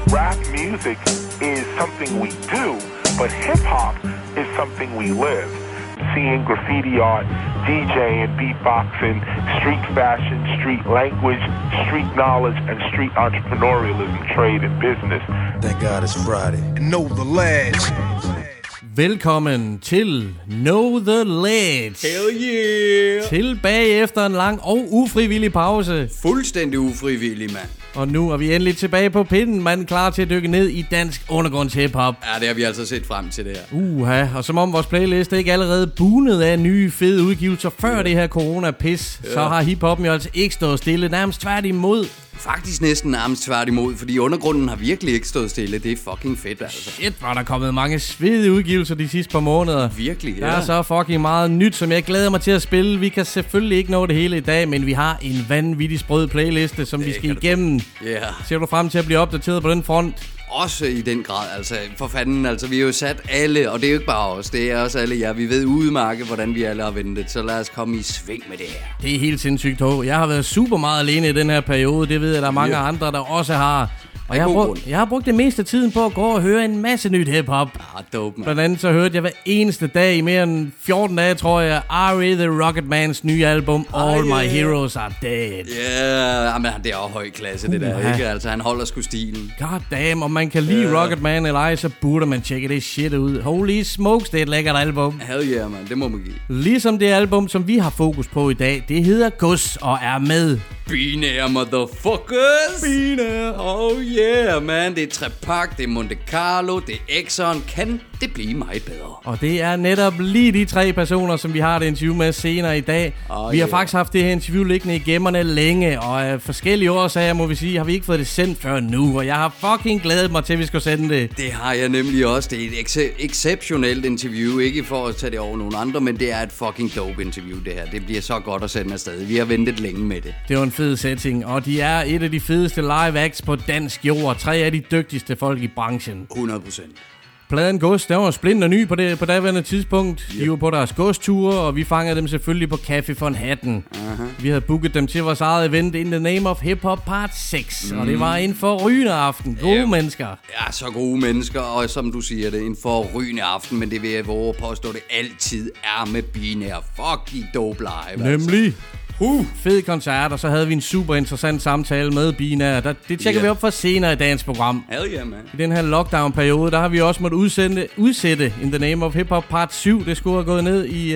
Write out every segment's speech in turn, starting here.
rap music is something we do, but hip-hop is something we live. Seeing graffiti art, DJing, beatboxing, street fashion, street language, street knowledge, and street entrepreneurialism, trade and business. Thank God it's Friday. Know the lads. Velkommen til Know the Lads. Hell yeah! Tilbage efter en lang og ufrivillig pause. Fuldstændig ufrivillig, mand. Og nu er vi endelig tilbage på pinden, mand, klar til at dykke ned i dansk undergrunds hiphop. Ja, det har vi altså set frem til, det her. Og som om vores playlist ikke allerede bunet af nye fede udgivelser før det her corona-pis, så har hiphoppen jo altså ikke stået stille, nærmest tværtimod. Faktisk næsten nærmest tværtimod, fordi undergrunden har virkelig ikke stået stille. Det er fucking fedt, altså. Shit, hvor der kommet mange svedige udgivelser de sidste par måneder. Virkelig, ja. Der er så fucking meget nyt, som jeg glæder mig til at spille. Vi kan selvfølgelig ikke nå det hele i dag, men vi har en vanvittig sprød playliste, som vi skal igennem. Ja. Ser du frem til at blive opdateret på den front? Også i den grad, altså for fanden, altså vi har jo sat alle, og det er jo ikke bare os, det er også alle jer. Vi ved udmærket, hvordan vi alle har ventet, så lad os komme i sving med det her. Det er helt sindssygt, Håb. Jeg har været super meget alene i den her periode, det ved jeg, der er mange andre, der også har. Og jeg har brugt det meste af tiden på at gå og høre en masse nyt hiphop. Dope, man. Blandt andet så hørte jeg hver eneste dag i mere end 14 dage, tror jeg, R.A. The Rocketmans nye album, All My Heroes Are Dead. Ja, men det er jo høj klasse, det der, ikke? Altså, han holder sgu stilen. God damn, om man kan lide Rocketman eller ej, så burde man tjekke det shit ud. Holy smokes, det er et lækkert album. Hell yeah, man, det må man give. Ligesom det album, som vi har fokus på i dag, det hedder Gus og er med Binære motherfuckers. Binære. Oh yeah, man. Det er Trepak, det er Monte Carlo, det er Exxon. Kan det blive meget bedre? Og det er netop lige de tre personer, som vi har det interview med senere i dag. Vi har faktisk haft det her interview liggende i gemmerne længe, og af forskellige årsager, må vi sige, har vi ikke fået det sendt før nu. Og jeg har fucking glædet mig til, at vi skal sende det. Det har jeg nemlig også. Det er et exceptionelt interview. Ikke for at tage det over nogen andre, men det er et fucking dope interview, det her. Det bliver så godt at sende afsted. Vi har ventet længe med det. Det var en fed setting, og de er et af de fedeste live acts på dansk jord. 3 af de dygtigste folk i branchen. 100%. Pladen Gus, der var splinter ny på daværende tidspunkt. De var på deres Gus-ture, og vi fangede dem selvfølgelig på Café von Hatten. Vi havde booket dem til vores eget event In the Name of Hip Hop Part 6. Og det var en forrygende aften. Gode mennesker. Ja, så gode mennesker, og som du siger det, en forrygende aften. Men det vil jeg våge påstå, det altid er med binære. Fucking dope live. Nemlig. Altså. Fed koncert, og så havde vi en super interessant samtale med Binære. Det tjekker vi op for senere i dagens program. Hell yeah, man. I den her lockdown-periode, der har vi også måttet udsætte In the Name of Hip Hop Part 7. Det skulle have gået ned i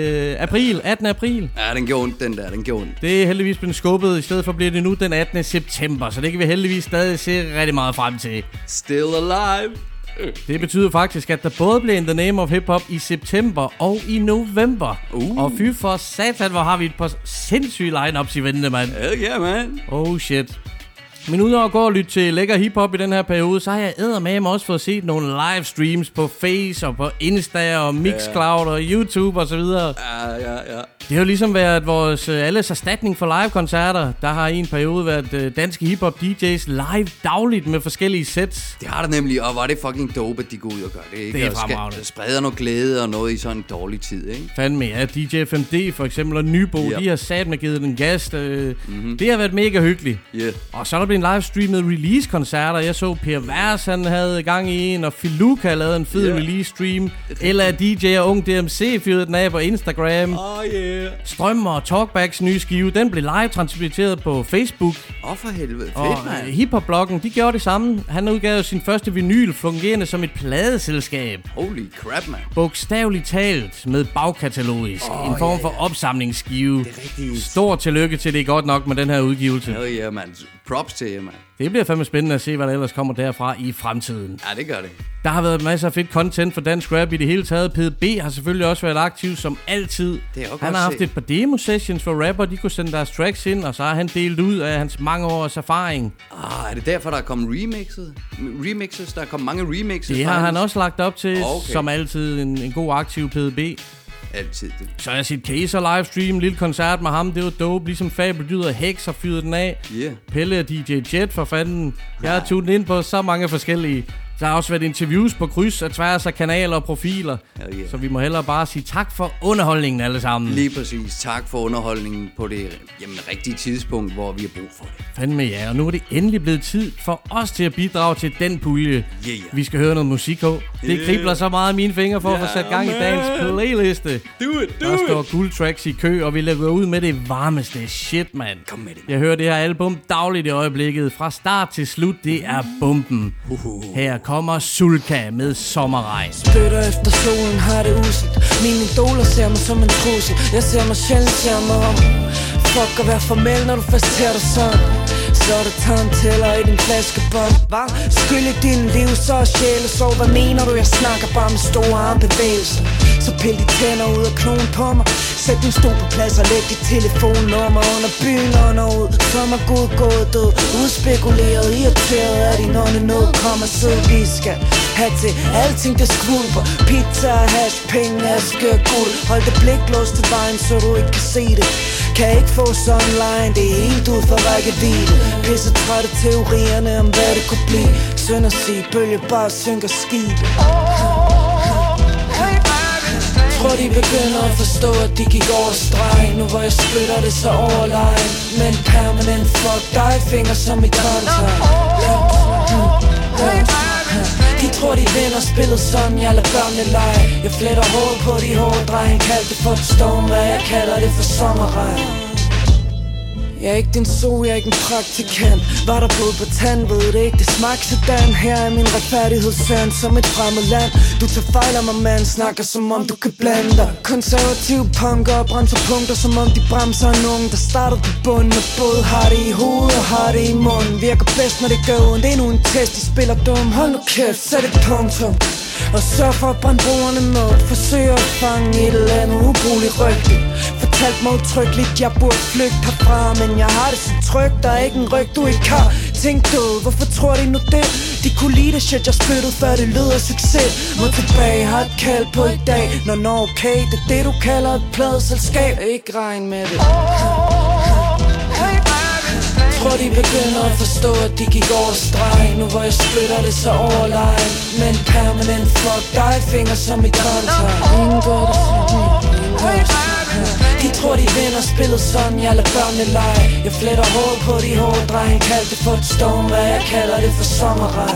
18. april. Ja, den gjorde den gjorde. Det er heldigvis blevet skubbet. I stedet for bliver det nu den 18. september, så det kan vi heldigvis stadig se rigtig meget frem til. Still alive. Det betyder faktisk, at der både bliver In the Name of Hip Hop i september og i november. Og fy for satan, hvor har vi et par sindssyge line-ups i vente, mand. Hell yeah, man. Oh shit. Men uden at gå og lytte til lækker hiphop i den her periode, så har jeg eddermame også fået set nogle livestreams på Face og på Insta og Mixcloud og YouTube og så videre. Ja. Det har jo ligesom været vores alles erstatning for live-koncerter. Der har i en periode været danske hiphop DJ's live dagligt med forskellige sets. Det har der nemlig, og var det fucking dope, at de går ud og gør det, ikke? Det er fremragende. Det spreder noget glæde og noget i sådan en dårlig tid, ikke? Fandme, ja. DJ FMD for eksempel og Nybo, de har satme givet den gas. Det har været mega hyggeligt. Yeah. Og så er der blevet livestreamet release-koncerter. Jeg så Per Vers, han havde gang i en, og Filuka havde lavet en fed release-stream. Eller DJ og Ung DMC fyrede den af på Instagram. Strøm og Talkbacks nye skive, den blev live transmitteret på Facebook. For helvede, fedt, og man. Hiphop-bloggen, de gjorde det samme. Han udgav sin første vinyl, fungerende som et pladeselskab. Holy crap, man. Bogstaveligt talt med bagkatalogisk. En form for opsamlingsskive. Det er rigtigt. Stort tillykke til, det er godt nok med den her udgivelse. Hell yeah, man. Props til jer, man. Det bliver fandme spændende at se, hvad der ellers kommer derfra i fremtiden. Ja, det gør det. Der har været masser af fedt content for dansk rap i det hele taget. PDB har selvfølgelig også været aktiv som altid. Han har haft et par demo-sessions, hvor rapper de kunne sende deres tracks ind, og så har han delt ud af hans mange års erfaring. Er det derfor, der er kommet remixes? Der er kommet mange remixes? Det har han også lagt op til, som altid en god aktiv PDB. Altid det. Så har jeg set Kaiser livestream, en lille koncert med ham, det var dope, ligesom Fabeldyder og Hex har fyret den af. Pelle og DJ Jet for fanden. Jeg har tunet ind på så mange forskellige. Der har også været interviews på kryds af tværs af kanaler og profiler. Yeah. Så vi må hellere bare sige tak for underholdningen alle sammen. Lige præcis. Tak for underholdningen på det rigtige tidspunkt, hvor vi har brug for det. Fandme ja, og nu er det endelig blevet tid for os til at bidrage til den pulje. Vi skal høre noget musik på. Det kribler så meget af mine fingre for at få sat gang i dagens playliste. Der står guldtracks i kø, og vi lægger ud med det varmeste shit, mand. Kom med det. Jeg hører det her album dagligt i øjeblikket. Fra start til slut, det er bomben. Her kommer Sulka med Sommerregn. Spytter efter solen, har det uselt. Mine idoler ser mig som en trussel. Jeg ser mig sjældent, ser mig om. Fuck at være formel, når du festerer dig sådan. Så er der tarntæller i din flaskebånd. Hva? Skyld i din liv, så er sjæle. Så hvad mener du? Jeg snakker bare med store armbevægelser. Så pil de tænder ud af knogen på mig. Sæt din stol på plads og læg dit telefonnummer under byen under ud. Som er god gået død. Udspekuleret, irriteret af din åndenød. Kom og sid, vi skal have til alting det skvulper. Pizza, hash, penge, aske og guld. Hold det blik låst til vejen, så du ikke kan se det. Kan ikke få online, det er helt ud for rækkevidde. Pisse trætte teorierne om hvad det kunne blive. Synd at sige, bølge bare synker skib. Tror de begynder at forstå, at de gik over stregen. Nu hvor jeg spytter det så overlegen. Men permanent fuck dig, finger som i kontakt. De tror de vinder spillet sådan, jeg lader børnene lege. Jeg fletter hår på de hårde drenge. Han kaldte det for et storm, hvad jeg kalder det for sommerregn. Jeg er ikke din so, jeg er ikke en praktikant. Var der blod på tand, ved det ikke, det smagte sådan. Her er min retfærdighedssand som et fremmed land. Du tager fejl af mig, mand, snakker som om du kan blande dig. Konservative punker og bremser punkter, som om de bremser en unge, der starter på bunden. Og både har det i hovedet og har det i munden. Virker bedst, når det gør ondt, endnu en test, de spiller dum. Hold nu kæft, sæt et punktum. Og sørg for at brænde brugerne med. Forsøg at fange et eller andet ubrugeligt rygte. Fortalt mig utryggeligt, jeg burde flygte herfra. Men jeg har det så trygt, der er ikke en ryg, du ikke har. Tænk død, hvorfor tror de nu det? De kunne lide det shit, jeg spyttede, før det lød af succes. Må tilbage, har et kald på i dag. Nå, okay, det er det du kalder et pladeselskab. Ikke regn med det. Tror de begynder at forstå, at de gik over stregen. Nu hvor jeg spytter det så overlegen. Men permanent fuck dig, finger som i kontakt. Ingen gør det sådan. De tror de vinder spillet sådan, jeg lader børnene lege. Jeg fletter hår på de hårde drenge. Han kaldte det for et storm, hvad jeg kalder det for sommerregn.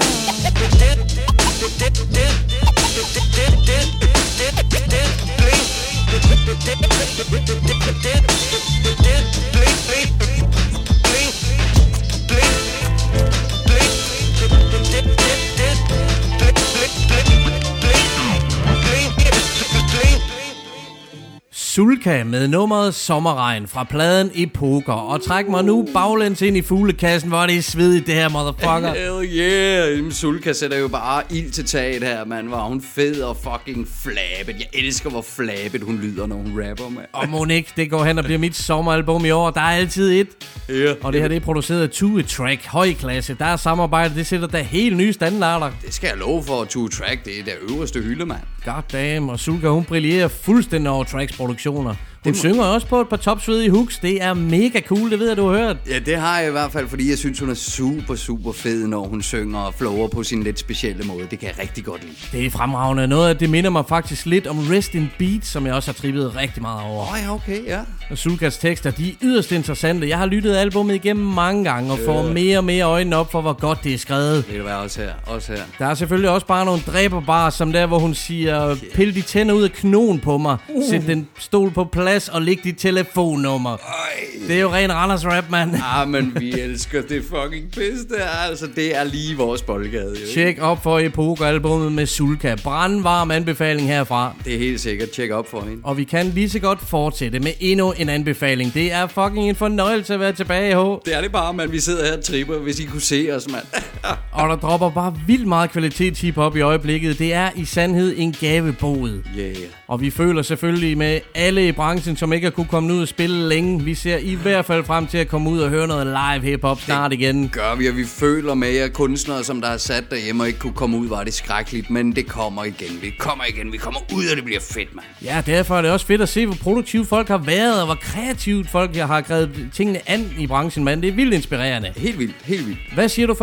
Sulka med nummeret Sommerregn fra pladen Epoker. Og træk mig nu baglæns ind i fuglekassen, hvor det er svedigt det her, motherfucker. Hell yeah. Sulka sætter jo bare ild til taget her, mand. Var hun fed og fucking flabet. Jeg elsker, hvor flabet hun lyder, når hun rapper, mand. Og Monique, det går hen og bliver mit sommeralbum i år. Der er altid et. Yeah. Og det her, det er produceret af Two Track, høj klasse. Der er samarbejde, det sætter der helt nye standarder. Det skal jeg love for, Two Track, det er der øverste hylde, mand. God damn, og Sulka, hun brillerer fuldstændig over Tracks produktioner. Hun synger også på et par topsvedige hooks. Det er mega cool, det ved jeg, du har hørt. Ja, det har jeg i hvert fald, fordi jeg synes, hun er super fed, når hun synger og flower på sin lidt specielle måde. Det kan jeg rigtig godt lide. Det er fremragende. Noget af det minder mig faktisk lidt om Rest in Beat, som jeg også har trippet rigtig meget over. Ja, okay, ja. Og Sulkas tekster, de er yderst interessante. Jeg har lyttet albumet igennem mange gange og får mere og mere øjnene op for, hvor godt det er skrevet. Det er også her. Der er selvfølgelig også bare nogle dræberbarer, som der, hvor hun siger, pil de tænder ud af knogen på mig, sæt den stol på plads og læg dit telefonnummer. Det er jo ren Randers rap, mand. Men vi elsker det fucking pis der. Altså, det er lige vores boldgade. Tjek op for Epoker-albummet med Sulka. Brandvarm anbefaling herfra. Det er helt sikkert. Tjek op for hende. Og vi kan lige så godt fortsætte med endnu en anbefaling. Det er fucking en fornøjelse at være tilbage, H. Det er det bare, mand. Vi sidder her og tripper, hvis I kunne se os, mand. Og der dropper bare vildt meget kvalitet hip-hop i øjeblikket. Det er i sandhed en gavebod. Yeah. Og vi føler selvfølgelig med alle i branchen, som ikke har kunne komme ud og spille længe. Vi ser i hvert fald frem til at komme ud og høre noget live hip-hop snart igen. Gør vi, og vi føler med jer kunstnere, som der har sat derhjemme og ikke kunne komme ud, var det skrækkeligt. Men det kommer igen. Vi kommer ud, og det bliver fedt, mand. Ja, derfor er det også fedt at se, hvor produktive folk har været, og hvor kreativt folk har grebet tingene an i branchen, mand. Det er vildt inspirerende. Helt vildt. Hvad siger du for eksempel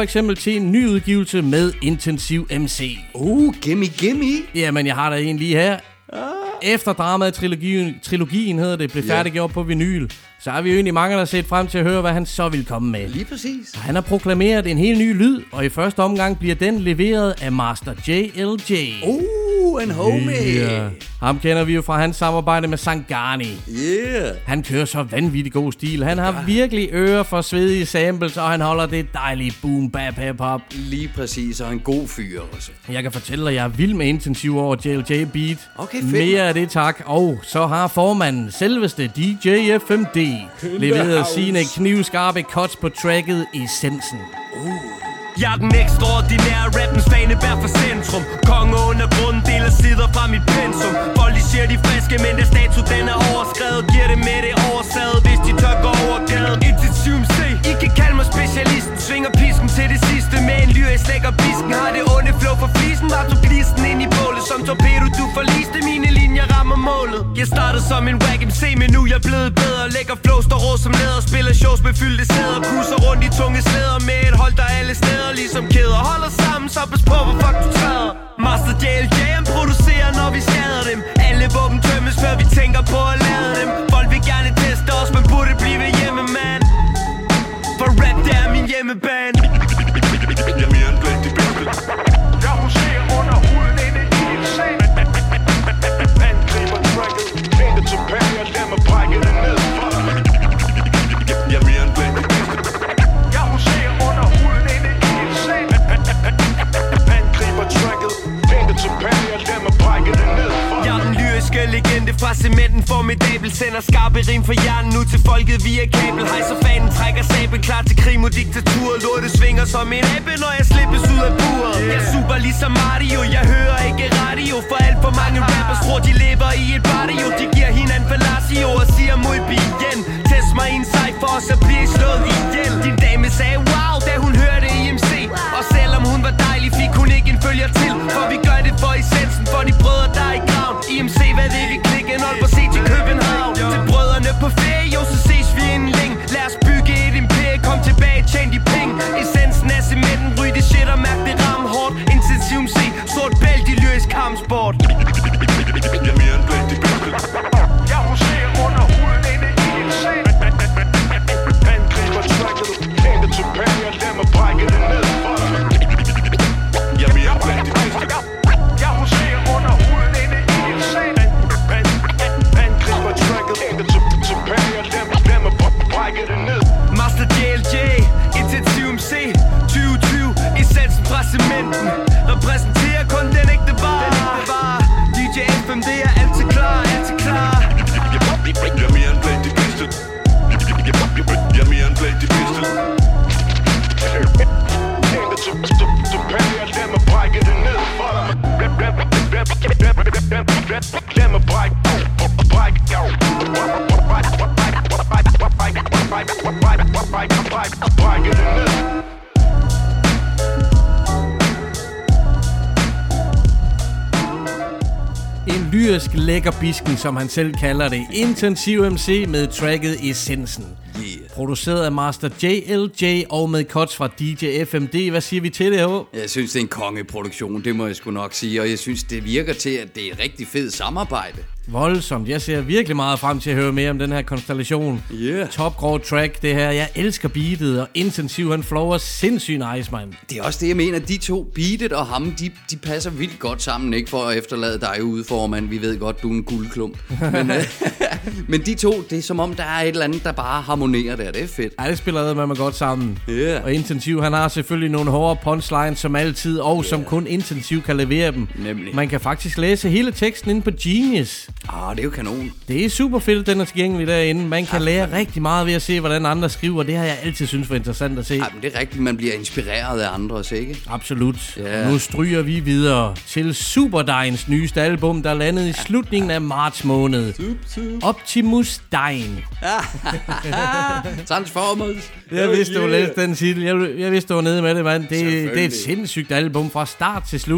til en ny udgivelse med Intensiv MC. Gimme. Jamen, jeg har da en lige her. Efter dramaet trilogien hedder det, blev færdiggjort på vinyl, så har vi jo egentlig mange, der har set frem til at høre, hvad han så vil komme med. Lige præcis. Han har proklameret en helt ny lyd, og i første omgang bliver den leveret af Master JLJ. En homie. Yeah. Ham kender vi jo fra hans samarbejde med Sangani. Yeah. Han kører så vanvittig god stil. Han har virkelig ører for svedige samples, og han holder det dejlige boom bap hip hop. Lige præcis, og en god fyr også. Jeg kan fortælle dig, at jeg er vild med Intensiv over JLJ Beat. Okay, fedt. Mere af det, tak. Og så har formanden, selveste DJ FMD, leveret sine knivskarpe cuts på tracket Essensen. Jeg er den ekstraordinære rappens fanebær for centrum. Konge under grunden deler sider fra mit pensum. Folk de siger de friske, men da status den er overskrevet, giver det med det oversaget, hvis de tør gå over gaden. Intensiv MC, I kan kalde mig specialisten. Svinger pisken til det sidste med en lyr, jeg slækker pisken. Har det onde flow for flisen, var du glisten ind i bålet. Som torpedo, du forliste, mine linjer rammer målet. Jeg startede som en wack MC, men nu jeg blevet bedre. Lægger flow, står rå som leder, spiller shows med fyldte sæder. Kusser rundt i tunge slæder med et hold, der alle steder. Ligesom kæder holder sammen, så pas på, hvor fuck du træder. Master JLJ, han producerer, når vi skader dem. Alle våben tømmes, før vi tænker på at lade dem. Folk vil gerne teste os, men burde blive hjemme, man. For rap, det er min hjemmebane. Jeg er mere end blandt de bedste. Jeg huserer under huden inde i en seng. Angriber tracket, hente tilbage og lad mig brække det ned for dig. Jeg er mere end blandt de bedste. Jeg huserer under huden inde i en seng. Angriber tracket, hente tilbage og lad mig brække det ned for dig. Jeg er den lyriske legende fra cementen, formidabel. Sender skarpe rim fra hjernen ud til folket via kabel. Hejser fanen, trækker sabel, klar til krig mod diktatur. Lortet svinger som en abe, når jeg slippes ud af buret. Jeg er super ligesom Mario, jeg hører ikke radio. For alt for mange rappers tror de lever i et barrio. De giver hinanden fellatio og siger muy bien. Test mig i en cypher, og så bliver I slået ihjel. Din dame sagde wow, da hun hørte IMC. Og selvom hun var dejlig, fik hun ikke en følger til. For vi gør det for essensen, for de brødre der er i graven. IMC, hvad det vi klikke, en hold på se til København. Til brødrene på ferie, jo så ses vi inden længe. Lad os bygge et imperium, kom tilbage, tjen de penge. Essensen af cementen, ryg det shit og mærk det ramme hårdt. Intensiv MC, sort bælt i lyrisk kampsport. Jeg er mere end blandt de bedste. Jeg huserer under huden inde i en seng. Angriber tracket, hente tilbage og lad mig brække det ned for dig. Jeg er mere end blandt de bedste. Jeg huserer under huden inde i en seng. Angriber tracket, hente tilbage og lad mig brække det ned. Master JLJ, Intensiv MC, 2020, essensen fra cementen. Repræsenterer kun den ægte vare. DJ FMD er altid klar, altid klar. Jeg er mere end blandt de bedste. Jeg er mere end blandt de bedste. Hente tilbage og lad mig brække det ned for dig. Lad mig brække det ned. En lyrisk lækker bisken, som han selv kalder det. Intensiv MC med tracket Essensen. Yeah. Produceret af Master JLJ og med cuts fra DJ FMD. Hvad siger vi til det her? Jeg synes, det er en kongeproduktion, det må jeg sgu nok sige. Og jeg synes, det virker til, at det er et rigtig fedt samarbejde. Voldsomt. Jeg ser virkelig meget frem til at høre mere om den her konstellation. Yeah. Topgrå track, det her. Jeg elsker beatet, og Intensiv, han flower sindssygt nice, man. Det er også det, jeg mener. De to, Beatet og ham, de passer vildt godt sammen, ikke for at efterlade dig ude, formand. Vi ved godt, du er en guldklump. Men de to, det er som om, der er et eller andet, der bare harmonerer der. Det er fedt. Ja, det spiller man godt sammen. Yeah. Og Intensiv, han har selvfølgelig nogle hårde punchlines som altid, og som kun Intensiv kan levere dem. Nemlig. Man kan faktisk læse hele teksten inde på Genius. Det er jo kanon. Det er super fedt, den er tilgængelig derinde. Man kan lære rigtig meget ved at se, hvordan andre skriver. Det har jeg altid synes var interessant at se. Men det er rigtigt, man bliver inspireret af andre også, ikke? Absolut. Yeah. Nu stryger vi videre til Superdeins nyeste album, der landede i slutningen af marts måned. Optimus Dein. Transformers. Jeg vidste, du læste den titel. Jeg vidste, du var nede med det, mand. Det er et sindssygt album fra start til slut.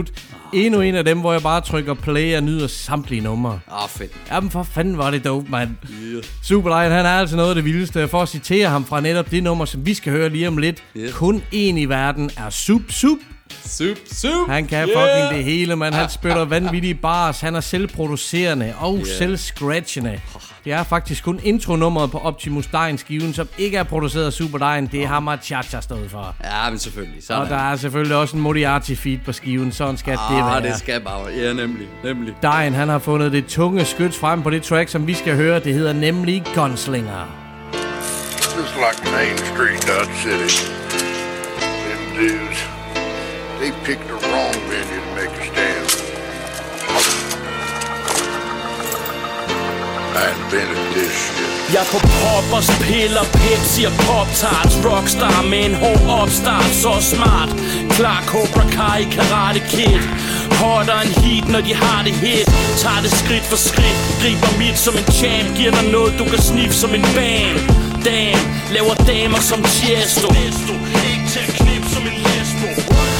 Endnu en af dem, hvor jeg bare trykker play og nyder samtlige numre. Fedt. Jamen for fanden var det dope, mand. Yeah. Superlion, han er altså noget af det vildeste. For at citere ham fra netop det nummer, som vi skal høre lige om lidt. Yeah. Kun en i verden er Sup. Han kan fucking det hele, man. Han spytter vanvittige bars. Han er selvproducerende og selvscratchende. Det er faktisk kun intronummeret på Optimus Dine-skiven, som ikke er produceret af Superdine. Det har Machacha stået for. Ja, men selvfølgelig. Sådan. Og der er selvfølgelig også en Moriarty-feed på skiven. Sådan skal det være. Det skal bare. Ja, nemlig. Dine, han har fundet det tunge skyts frem på det track, som vi skal høre. Det hedder nemlig Gunslinger. Just like Main Street, Dodge City. Them dudes, they picked the wrong venue to make a stand. I invented this shit. Jeg på poppers, piller, Pepsi og Pop-Tarts. Rockstar med en hård opstart, så smart. Klar Cobra Kai, Karate Kid. Hotter en heat, når de har det hit. Tager det skridt for skridt, griber mit som en champ. Giver dig noget, du kan sniffe som en band. Damn, laver damer som Tiesto. Ikke til at knippe som en lesbo.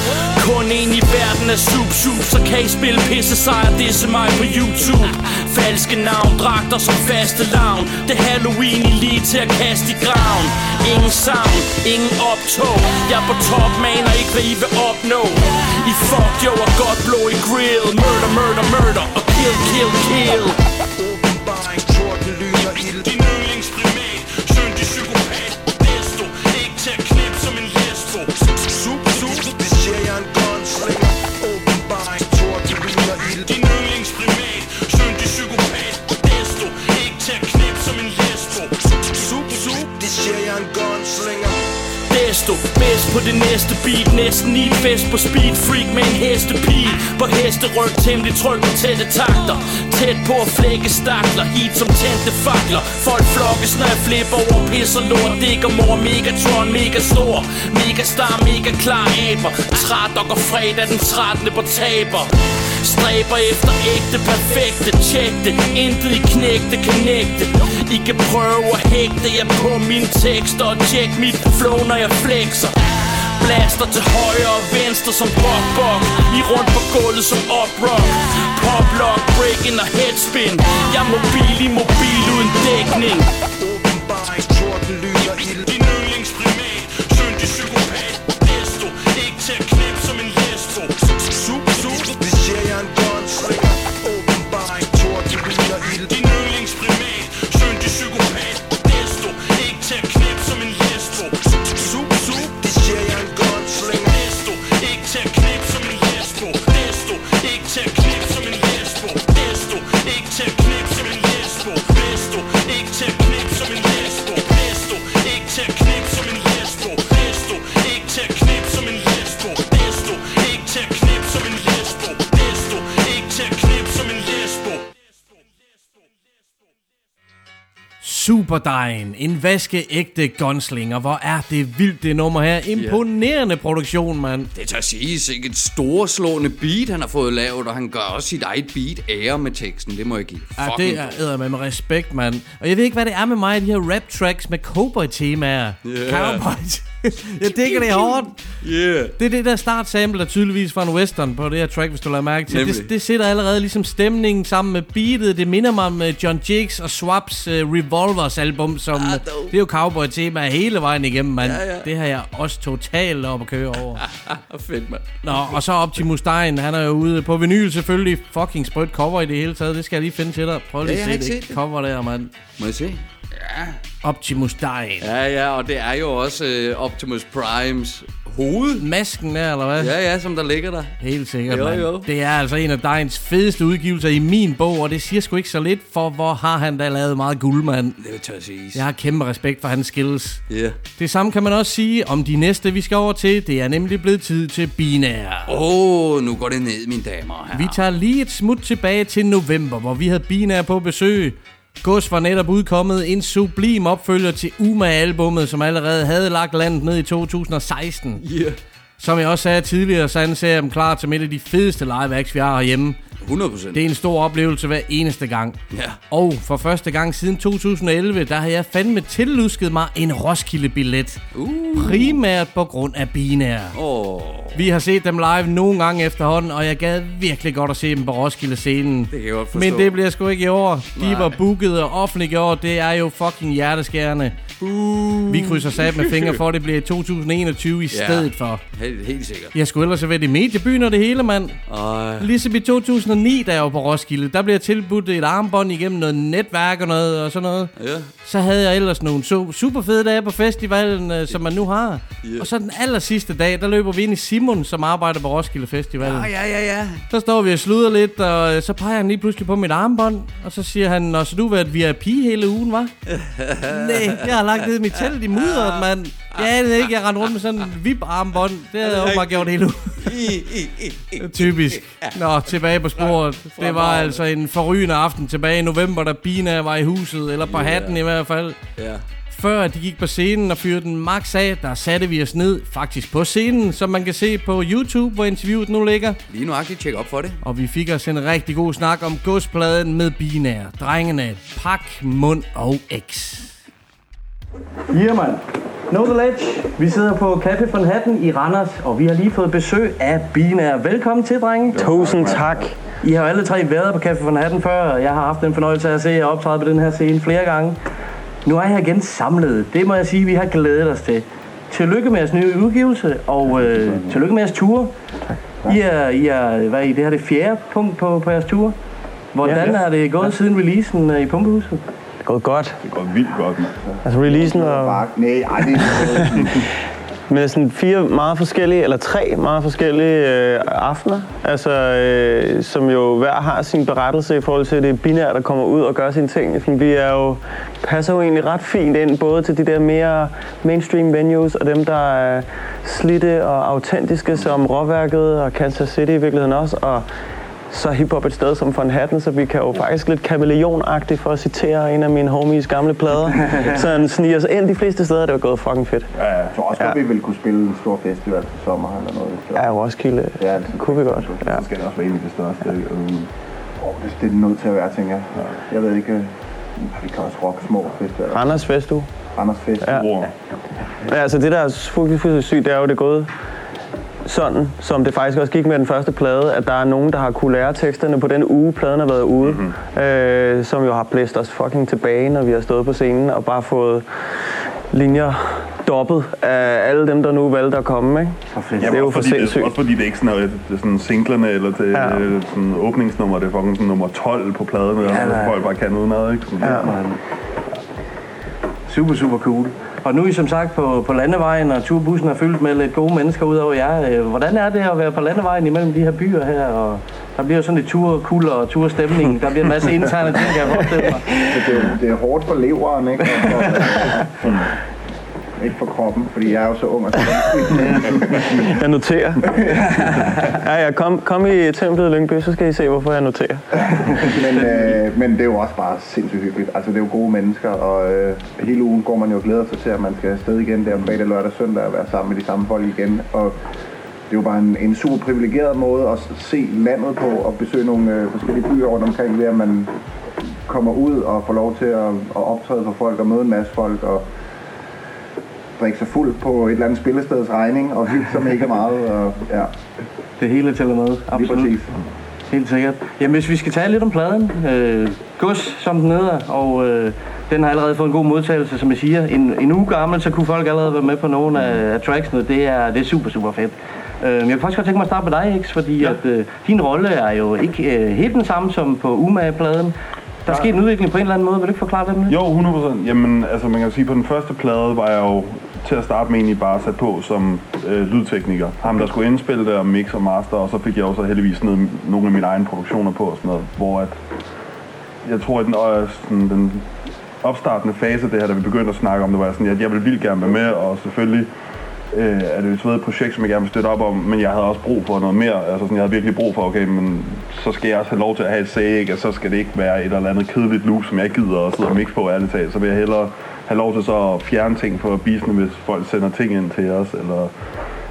Kun en i verden er Sup, så kan I spille pisse sejr, disse mig på YouTube. Falske navn, dragter som faste lavn. Det er Halloween, I lige til at kaste i graven. Ingen savn, ingen optog. Jeg er på top, maner ikke hvad I vil opnå. I fuck jo og godt blå i grill. Murder og kill. Åbenbaring, torden, lyn og ild. Din yndlingsprimat, syndig psykopat. Desto, ikke til at knippe som en lesbo. Sup, det siger jeg en gunslinger. Åbenbaring, torden, lyn og ild. Din yndlingsprimat, syndig psykopat. Desto, ikke til at knippe som en lesbo. Sup, det siger jeg en gunslinger. Desto, bedst på det næste beat. Næsten i fest på speed, freak med en hestepil. På hesteryg, temmelig tryk på tætte takter. Tæt på at flække stakler, heat som tændte fakler. Folk flokkes, når jeg flipper over pis og lort. Digger mor, Megatron, mega stor. Megastar, mega klar aber. Træt og går fredag den 13. på taber. Stræber efter ægte, perfekte. Tjek det, intet i knægte, kan nægte. I kan prøve at hægte jer på mine tekster. Og tjek mit flow, når jeg flexer. Blaster til højre og venstre som bok. I rundt på gulvet som uprock. Poplock, breaking og headspin. Jeg er mobil uden dækning. Åbenbaring, torden, lyn og ild. Din yndlingsprimat, syndig psykopat. Desto, ikke til at knippe som en lesbo. Sup, det siger jeg en gunslinger. Åbenbaring, torden, lyn og ild. Din yndlingsprimat, syndig psykopat. Desto, ikke til at knippe som en lesbo. Sup, det siger jeg en gunslinger. Desto, ikke til at knippe som en lesbo. Desto, ikke til at knippe som en lesbo. Desto, ikke til at knippe som en lesbo. Desto, ikke til at knippe som en lesbo. Desto, ikke til at knippe som en lesbo. Desto, ikke til at knippe som en lesbo. Desto, ikke til at knippe som en lesbo. Desto, ikke til at knippe som en lesbo. Superdine, en vaskeægte gunslinger. Hvor er det vildt, det nummer her. Imponerende produktion, mand. Det tør siges, ikke et storslående beat, han har fået lavet, og han gør også sit eget beat ære med teksten. Det må jeg give. Ja, det er med respekt, mand. Og jeg ved ikke, hvad det er med mig, de her rap tracks med cowboy-temaer. Cowboys. Jeg digger det hårdt. Det er det der startsample, der tydeligvis fra en western på det her track, hvis du lader mærke til. Det sætter allerede ligesom stemningen sammen med beatet. Det minder mig om John Jiggs og Swaps Revolvers album, som det er jo cowboy-tema hele vejen igennem, mand. Det har jeg også totalt op at køre over. Fedt, mand. Nå, og så Optimus Dine, han er jo ude på vinyl selvfølgelig. Fucking sprødt cover i det hele taget. Det skal jeg lige finde til dig. Prøv lige at se det cover der, mand. Må jeg se? Ja. Optimus Dine. Ja, og det er jo også Optimus Primes hoved. Masken der, eller hvad? Ja, som der ligger der. Helt sikkert, mand. Det er altså en af Dines fedeste udgivelser i min bog, og det siger sgu ikke så lidt, for hvor har han da lavet meget guld, mand. Det vil tør siges. Jeg har kæmpe respekt for hans skills. Yeah. Det samme kan man også sige om de næste, vi skal over til. Det er nemlig blevet tid til Binær. Nu går det ned, mine damer her. Vi tager lige et smut tilbage til november, hvor vi havde Binær på besøg. Gods var netop udkommet en sublim opfølger til Uma-albummet, som allerede havde lagt landet ned i 2016. Som jeg også sagde tidligere, så anser jeg dem klar til midt af de fedeste live acts, vi har herhjemme. 100%. Det er en stor oplevelse hver eneste gang. Ja. Og for første gang siden 2011, der har jeg fandme tillusket mig en Roskilde-billet. Primært på grund af Binær. Vi har set dem live nogle gange efterhånden, og jeg gad virkelig godt at se dem på Roskilde-scenen. Det kan jeg godt forstå. Men det bliver sgu ikke i år. De var booket og offentliggjort. Det er jo fucking hjerteskærende. Vi krydser sat med fingre for, at det bliver 2021 i stedet for. Helt sikkert. Jeg skulle ellers have været i mediebyen og det hele, mand. Ligesom i 2009, da jeg var på Roskilde, der blev jeg tilbudt et armbånd igennem noget netværk og noget og sådan noget. Ja. Så havde jeg ellers nogle super fede dage på festivalen, som man nu har. Yeah. Og så den aller sidste dag, der løber vi ind i Simon, som arbejder på Roskilde Festivalen. Ja. Så står vi og sluder lidt, og så peger han lige pludselig på mit armbånd. Og så siger han, så du har været VIP hele ugen, hva'? Nej, jeg har lagt ned i mit telt i mudderet, mand. Ja, det er ikke. Jeg rendte rundt med sådan en VIP-armbånd. Det havde jeg jo bare gjort hele ugen. Typisk. Nå, tilbage på sporet. Det var altså en forrygende aften tilbage i november, da Binær var i huset. Eller på hatten i hvert fald. Ja. Før de gik på scenen og fyrede den max af, der satte vi os ned faktisk på scenen, som man kan se på YouTube, hvor interviewet nu ligger. Lige nuagtigt, tjek op for det. Og vi fik os en rigtig god snak om godspladen med Binær. Drengene, Pak, Mund og X. Yeah, man. Know the ledge. Vi sidder på Café von Hatten i Randers, og vi har lige fået besøg af Binær. Velkommen til, drenge. Tusind tak. I har jo alle tre været på Café von Hatten før, og jeg har haft den fornøjelse af at se jer optræde på den her scene flere gange. Nu er jeg igen samlet. Det må jeg sige, vi har glædet os til. Tillykke med jeres nye udgivelse, og tillykke med jeres tur. I er hvad er I? Det her det 4. punkt på jeres tur. Hvordan er det gået siden releasen i Pumpehuset? Det er gået godt. Det går vildt godt, man. Altså releasen var... Nej, det er med sådan 3 meget forskellige aftener, altså som jo hver har sin berettelse i forhold til det Binær, der kommer ud og gør sine ting. Vi er jo, passer jo egentlig ret fint ind, både til de der mere mainstream venues, og dem, der er slidte og autentiske, som Råværket og Kansas City i virkeligheden også, og så hiphop et sted som von Hatten, så vi kan jo faktisk lidt kameleonagtigt, for at citere en af mine homies gamle plader. Så han sniger sig ind de fleste steder, det var gået fucking fedt. Ja, jeg tror også godt, vi ville kunne spille en stor festival til sommer eller noget. Ja, Roskilde. Ja, det kunne vi godt. Så skal det også være en af det største. Det er nødt til at være, tænker jeg. Jeg ved ikke, vi kan også rock små festivaler. Randers Festu. Randers Festu. Ja, altså det der er fuldstændig sygt, det er jo det gået sådan, som det faktisk også gik med den første plade, at der er nogen, der har kunne lære teksterne på den uge, pladen har været ude, som jo har blæst os fucking tilbage, når vi har stået på scenen og bare fået linjer dobbelt af alle dem, der nu valgte at komme, ikke? Det er jo for sindssygt. Også fordi det ikke sådan det er sådan singlerne eller det sådan åbningsnummer, det er fucking sådan nummer 12 på pladen, og folk bare kan udenad, ikke? Super cool. Og nu er I som sagt på landevejen, og turbussen er fyldt med lidt gode mennesker ud over jer. Hvordan er det at være på landevejen imellem de her byer her? Og der bliver sådan lidt turkulder og turstemning. Der bliver en masse interne ting, kan jeg forestille mig. Det er hårdt for leveren, ikke? Ikke for kroppen, fordi jeg er jo så ung og så Jeg noterer. Ja, kom i templet i Lyngby, så skal I se, hvorfor jeg noterer. Men det er jo også bare sindssygt hyggeligt. Altså, det er jo gode mennesker, og hele ugen går man jo og glæder sig til, at man skal afsted igen der fredag, lørdag, søndag og være sammen med de samme folk igen. Og det er jo bare en super privilegeret måde at se landet på og besøge nogle forskellige byer rundt omkring, ved at man kommer ud og får lov til at optræde for folk og møde en masse folk og drikke sig fuld på et eller andet spillesteds regning og hygge sig mega meget. Og, ja. Det hele tæller med, absolut. Helt sikkert. Jamen, hvis vi skal tale lidt om pladen. Gods, som den hedder, og den har allerede fået en god modtagelse, som jeg siger. En uge gammel, så kunne folk allerede være med på nogle af tracksene. Det er super fedt. Jeg kan faktisk godt tænke mig at starte med dig, X, fordi at din rolle er jo ikke helt den samme som på Umage-pladen. Der er sket en udvikling på en eller anden måde. Vil du ikke forklare det? Jo, 100%. Jamen, altså man kan sige, på den første plade var jeg jo til at starte med egentlig bare sat på som lydtekniker. Ham, der skulle indspille det og mix og master, og så fik jeg også heldigvis nogle af mine egne produktioner på og sådan noget, hvor at jeg tror, at den opstartende fase det her, da vi begyndte at snakke om det, var sådan, at jeg ville vildt gerne være med, og selvfølgelig er det et projekt, som jeg gerne vil støtte op om, men jeg havde også brug for noget mere. Altså sådan, jeg havde virkelig brug for, okay, men så skal jeg også have lov til at have et sag, ikke? Og så skal det ikke være et eller andet kedeligt loop, som jeg ikke gider at sidde og mix på ærligt talt. Så vil jeg hellere have lov til så at fjerne ting fra beatsene, hvis folk sender ting ind til os, eller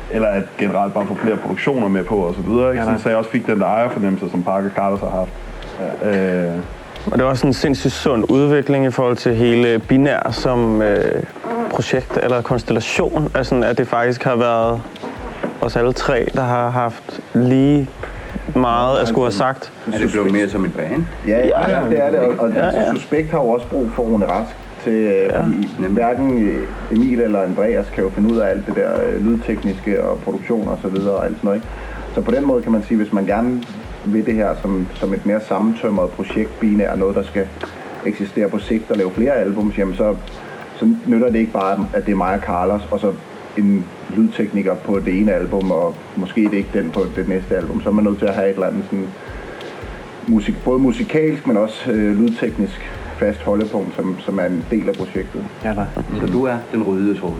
eller at generelt bare få flere produktioner med på og så videre, ikke? Så jeg også fik den der ejerfornemmelse, som Parker Carlos har haft. Ja. Og det var også en sindssygt sund udvikling i forhold til hele Binær som projekt eller konstellation, altså at det faktisk har været os alle tre, der har haft lige meget at skulle have sagt. Er det blevet mere som et band? Ja, det er det, og Suspekt har jo også brug for Rune Rask til, fordi hverken Emil eller Andreas kan jo finde ud af alt det der lydtekniske og produktion og så videre og alt sådan noget, ikke? Så på den måde kan man sige, hvis man gerne vil det her som et mere sammentømret projekt, Binær, noget der skal eksistere på sigt og lave flere albums, jamen så nytter det ikke bare, at det er mig og Carlos, og så en lydtekniker på det ene album, og måske det ikke den på det næste album. Så er man nødt til at have et eller andet sådan både musikalsk, men også lydteknisk fast holdepunkt, som er en del af projektet. Ja, så du er den røde tråd.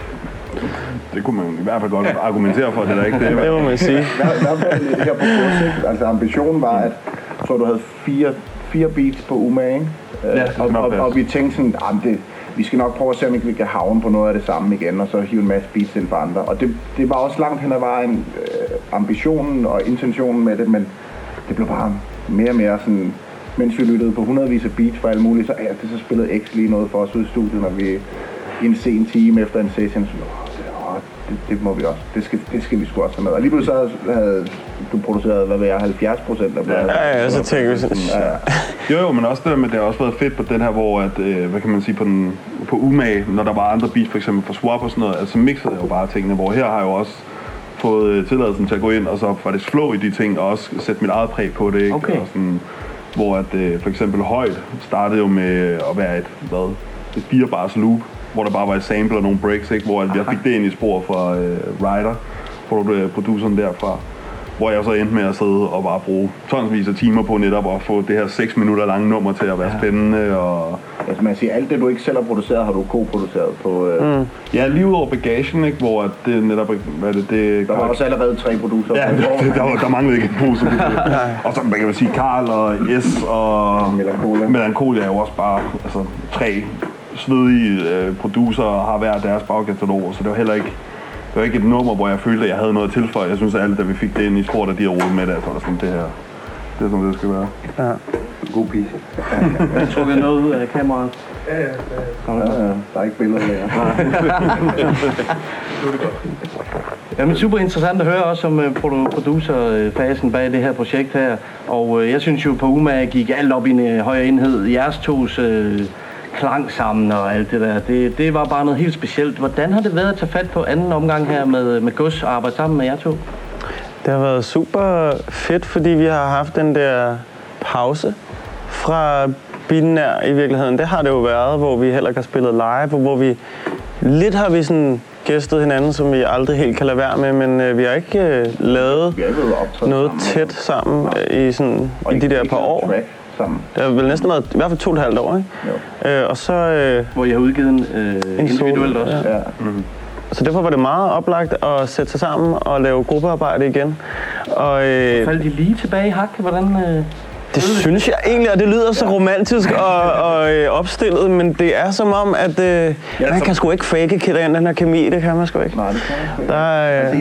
Det kunne man i hvert fald godt argumentere for, det der ikke det. Det må man sige. Det her på projekt, altså ambitionen var, at jeg tror, du havde fire beats på Uma, ikke? Og vi tænkte sådan, vi skal nok prøve at se, om vi kan havne på noget af det samme igen, og så hive en masse beats ind for andre. Og det var også langt hen ad vejen ambitionen og intentionen med det, men det blev bare mere og mere sådan, mens vi lyttede på hundredvis af beats for alle mulige, så spillede X lige noget for os ude i studiet, når vi i en sen time efter en session, det må vi også. Det skal vi sgu også have med. Og lige pludselig så havde du produceret, 70% af bladet. Ja, så tænker vi sådan. Jo, men også det med, det har også været fedt på den her, hvor at, hvad kan man sige, på Umage, når der var andre beats, for eksempel for Swap og sådan noget, altså mixede jeg jo bare tingene, hvor her har jeg jo også fået tilladelsen til at gå ind og så faktisk flå i de ting, og også sætte mit eget præg på det, ikke? Okay. Og sådan, hvor at for eksempel Højt startede jo med at være et 4-bars loop, hvor der bare var et sample og nogle breaks, ikke? Hvor jeg fik det ind i spor fra Ryder, produceren derfra, hvor jeg så endte med at sidde og bare bruge tonsvis af timer på netop at få det her 6 minutter lange nummer til at være spændende. Og altså man siger, alt det du ikke selv har produceret, har du co-produceret på... Ja, lige ud over bagagen, ikke? Hvor det netop... Der var også allerede 3 producer. Ja, der manglede ikke en pose. Og så man kan sige, Karl og S og Melancholia er jo også bare 3 svedige producer har hver deres bagkatalog, så det var heller ikke... Det var ikke et nummer, hvor jeg følte, at jeg havde noget at tilføje. Jeg synes, at alle, da vi fik det ind i sport, at de har rodet med det, så var sådan, det her, det er sådan, det skal være. Ja. God pige. Jeg tror, vi er noget ud af kameraet. Ja. Der er ikke billeder længere. Jamen, super interessant at høre også om producerfasen bag det her projekt her. Og jeg synes jo, på Uma gik alt op i en højere enhed. Jeres tos klang sammen og alt det der. Det var bare noget helt specielt. Hvordan har det været at tage fat på anden omgang her med Gus og arbejde sammen med jer to? Det har været super fedt, fordi vi har haft den der pause fra Binær i virkeligheden. Det har det jo været, hvor vi heller ikke har spillet live, og hvor vi lidt har vi sådan gæstet hinanden, som vi aldrig helt kan lade være med, men vi har ikke lavet noget tæt sammen i de der par år. Sammen. Det har vel næsten været i hvert fald 2,5 år, ikke? Og så... hvor jeg har udgivet en individuelt også. Ja. Mm-hmm. Så derfor var det meget oplagt at sætte sig sammen og lave gruppearbejde igen. Og faldt de lige tilbage i hak? Hvordan... Det synes jeg egentlig, og det lyder så romantisk og opstillet, men det er som om, at man kan sgu ikke fake den her kemi, det kan man sgu ikke. Nej, det kan man sgu ikke. Altså,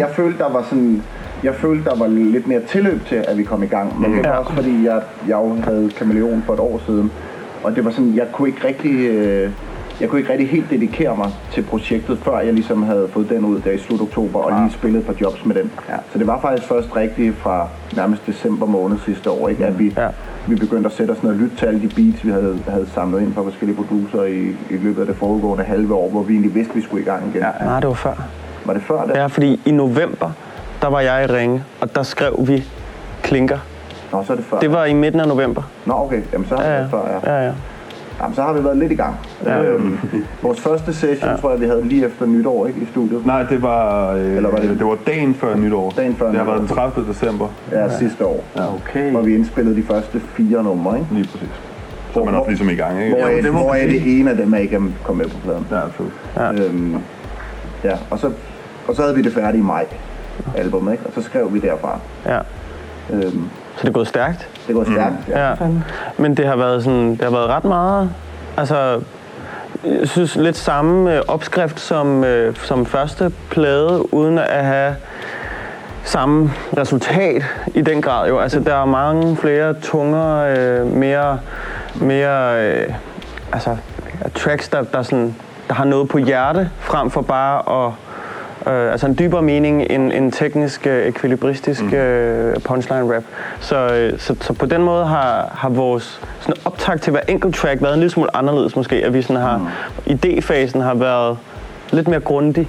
jeg følte, der var lidt mere tilløb til, at vi kom i gang. Men det var også fordi, jeg jo havde Kameleon for et år siden. Og det var sådan, jeg kunne ikke rigtig helt dedikere mig til projektet, før jeg ligesom havde fået den ud der i slut oktober, og lige spillet et par jobs med den. Ja. Så det var faktisk først rigtigt fra nærmest december måned sidste år, ikke? At vi begyndte at sætte os ned og lytte til alle de beats, vi havde samlet ind fra forskellige producer i løbet af det foregående halve år, hvor vi egentlig vidste, vi skulle i gang igen. Ja. Nej, det var før. Var det før det? Ja, fordi i november, der var jeg i Ringe, og der skrev vi Klinker. Nå, så er det før. Det var i midten af november. Nå, okay. Jamen, så har det været før, ja. Jamen, så har vi været lidt i gang. Ja. Vores første session, tror jeg, vi havde lige efter nytår, ikke, i studiet? Nej, det var dagen før nytår. Det har været den 30. december. Ja, sidste år. Ja. Okay. Hvor vi indspillede de første 4 numre, ikke? Lige præcis. Så er man også ligesom i gang, ikke? Hvor er det ene af dem, jeg ikke kom med på pladen? Ja, absolut. Ja, og så havde vi det færdige i maj, albumet, ikke? Og så skrev vi derfra. Ja. Så det er gået stærkt? Det er gået stærkt, ja. Men det har været ret meget, altså jeg synes lidt samme opskrift som første plade, uden at have samme resultat i den grad jo. Altså der er mange flere tunger, mere tracks, der har noget på hjerte, frem for bare at en dybere mening end teknisk, ekvilibristisk punchline rap. Så på den måde har vores sådan optakt til hver enkelt track været en lille smule anderledes måske, at vi sådan har idéfasen har været lidt mere grundig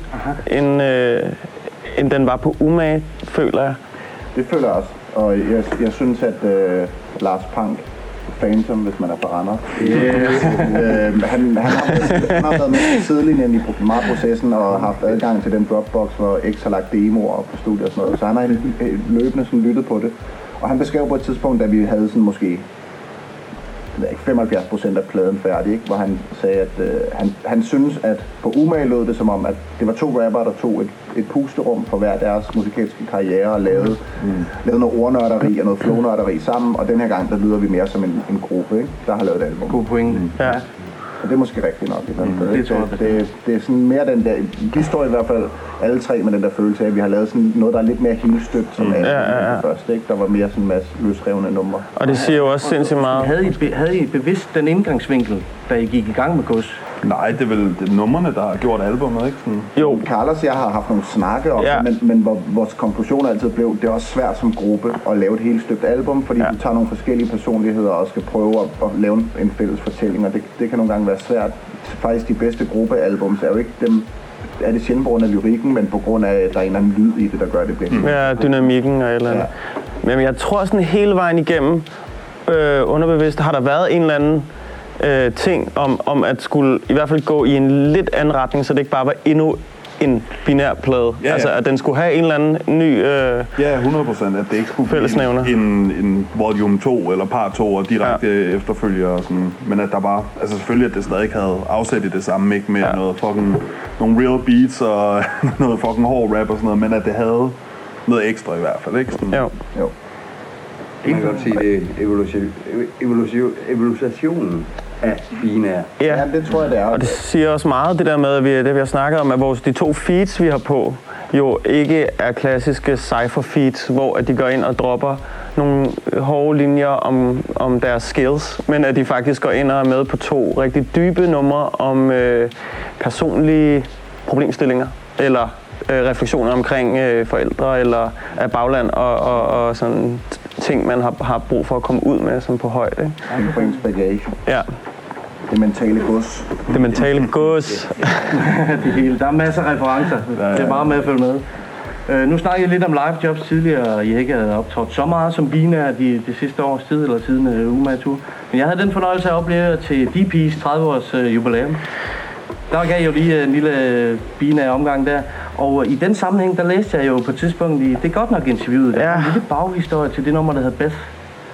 end den var på Umage, føler jeg. Det føler jeg også, og jeg synes, at Lars Pank, Phantom, hvis man er fra Randers, han har været med i sidelinjen i meget processen og haft adgang til den Dropbox, hvor X har lagt demoer på studiet og sådan noget, så han har løbende sådan lyttet på det. Og han beskrev på et tidspunkt, da vi havde sådan måske 75% af pladen færdig, ikke? Hvor han sagde, at han synes, at på Umage lød det som om, at det var 2 rapper, der tog et pusterum for hver deres musikalske karriere og lavede noget ordnørderi og noget flownørderi sammen, og den her gang, der lyder vi mere som en gruppe, ikke? Der har lavet et album. God point. Ja. Og det er måske rigtigt nok. Det er sådan mere den der, vi står i hvert fald alle tre med den der følelse af, at vi har lavet sådan noget, der er lidt mere helstøbt som først, ikke? Der var mere sådan en masse løsrevne numre. Og det siger jo også sindssygt meget. Havde I bevidst den indgangsvinkel, da I gik i gang med Gods? Nej, det er vel numrene, der har gjort albumet, ikke? Sådan. Jo, Carlos og jeg har haft nogle snakke om det, men hvor vores konklusion altid blev, det er også svært som gruppe at lave et helt støbt album, fordi du tager nogle forskellige personligheder og skal prøve at lave en fælles fortælling, og det kan nogle gange være svært. Faktisk de bedste gruppealbums er jo ikke dem, er det sjældent på grund af lyrikken, men på grund af, at der er en eller anden lyd i det, der gør det bedst. Ja, dynamikken og et eller andet. Men jeg tror sådan hele vejen igennem, underbevidst, har der været en eller anden ting om at skulle i hvert fald gå i en lidt anden retning, så det ikke bare var endnu en binær plade. Ja, ja. Altså at den skulle have en eller anden ny ja, 100%, at det ikke skulle blive en volume 2 eller part 2 og direkte efterfølger og sådan. Men at der bare, altså selvfølgelig at det stadig havde afsat i det samme, ikke med noget fucking, nogle real beats og noget fucking hård rap og sådan noget, men at det havde noget ekstra i hvert fald, ikke? Sådan. Jo. Man kan godt sige, det er evolutionen af binær. Ja, det tror jeg, det er. Og det siger også meget det der med, at vi har snakket om, at de 2 feeds, vi har på, jo ikke er klassiske cypher feeds, hvor at de går ind og dropper nogle hårde linjer om deres skills, men at de faktisk går ind og er med på 2 rigtig dybe numre om personlige problemstillinger, eller refleksioner omkring forældre eller af bagland og sådan ting, man har brug for at komme ud med som på højde. Ja. Det mentale gods. Det mentale gods. Det hele. Der er masser af referencer. Det er bare med at følge med. Nu snakkede jeg lidt om live jobs tidligere, I ikke havde optrådt så meget som binær de sidste års tid, eller siden Umage-tur. Men jeg havde den fornøjelse at opleve til DP's 30-års jubilæum. Der gav jeg jo lige en lille binær omgang der. Og i den sammenhæng, der læste jeg jo på et tidspunkt det er godt nok interviewet, der en lille baghistorie til det nummer, der hedder Beth.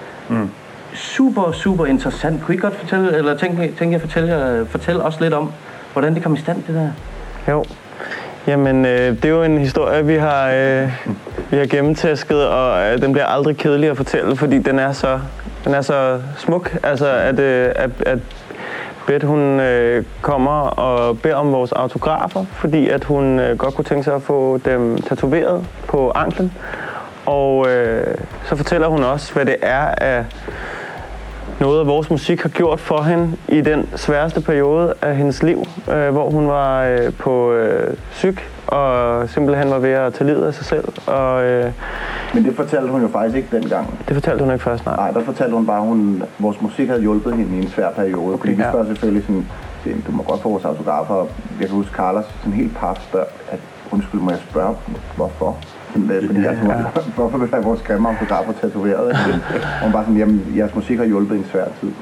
Super, super interessant. Kunne I godt fortælle, eller tænke jeg fortælle os lidt om, hvordan det kom i stand, det der? Jo. Jamen, det er jo en historie, vi har gennemtæsket, og den bliver aldrig kedelig at fortælle, fordi den er så smuk. Altså, at Beth, hun kommer og beder om vores autografer, fordi at hun godt kunne tænke sig at få dem tatoveret på anklen. Og så fortæller hun også, hvad det er af noget af vores musik har gjort for hende i den sværeste periode af hendes liv, hvor hun var på psyk og simpelthen var ved at tage livet af sig selv. Men det fortalte hun jo faktisk ikke dengang. Det fortalte hun ikke først, nej. Nej, der fortalte hun bare, at vores musik havde hjulpet hende i en svær periode. Fordi vi spørger selvfølgelig sådan, du må godt få vores autografer. Jeg kan huske, Carlos sådan helt paf spørger, at undskyld, må jeg spørge, hvorfor? Fordi hvorfor vil have vores grimme autografer tatoveret? Og hun bare sådan, jamen, jeres musik har hjulpet i en svær tid.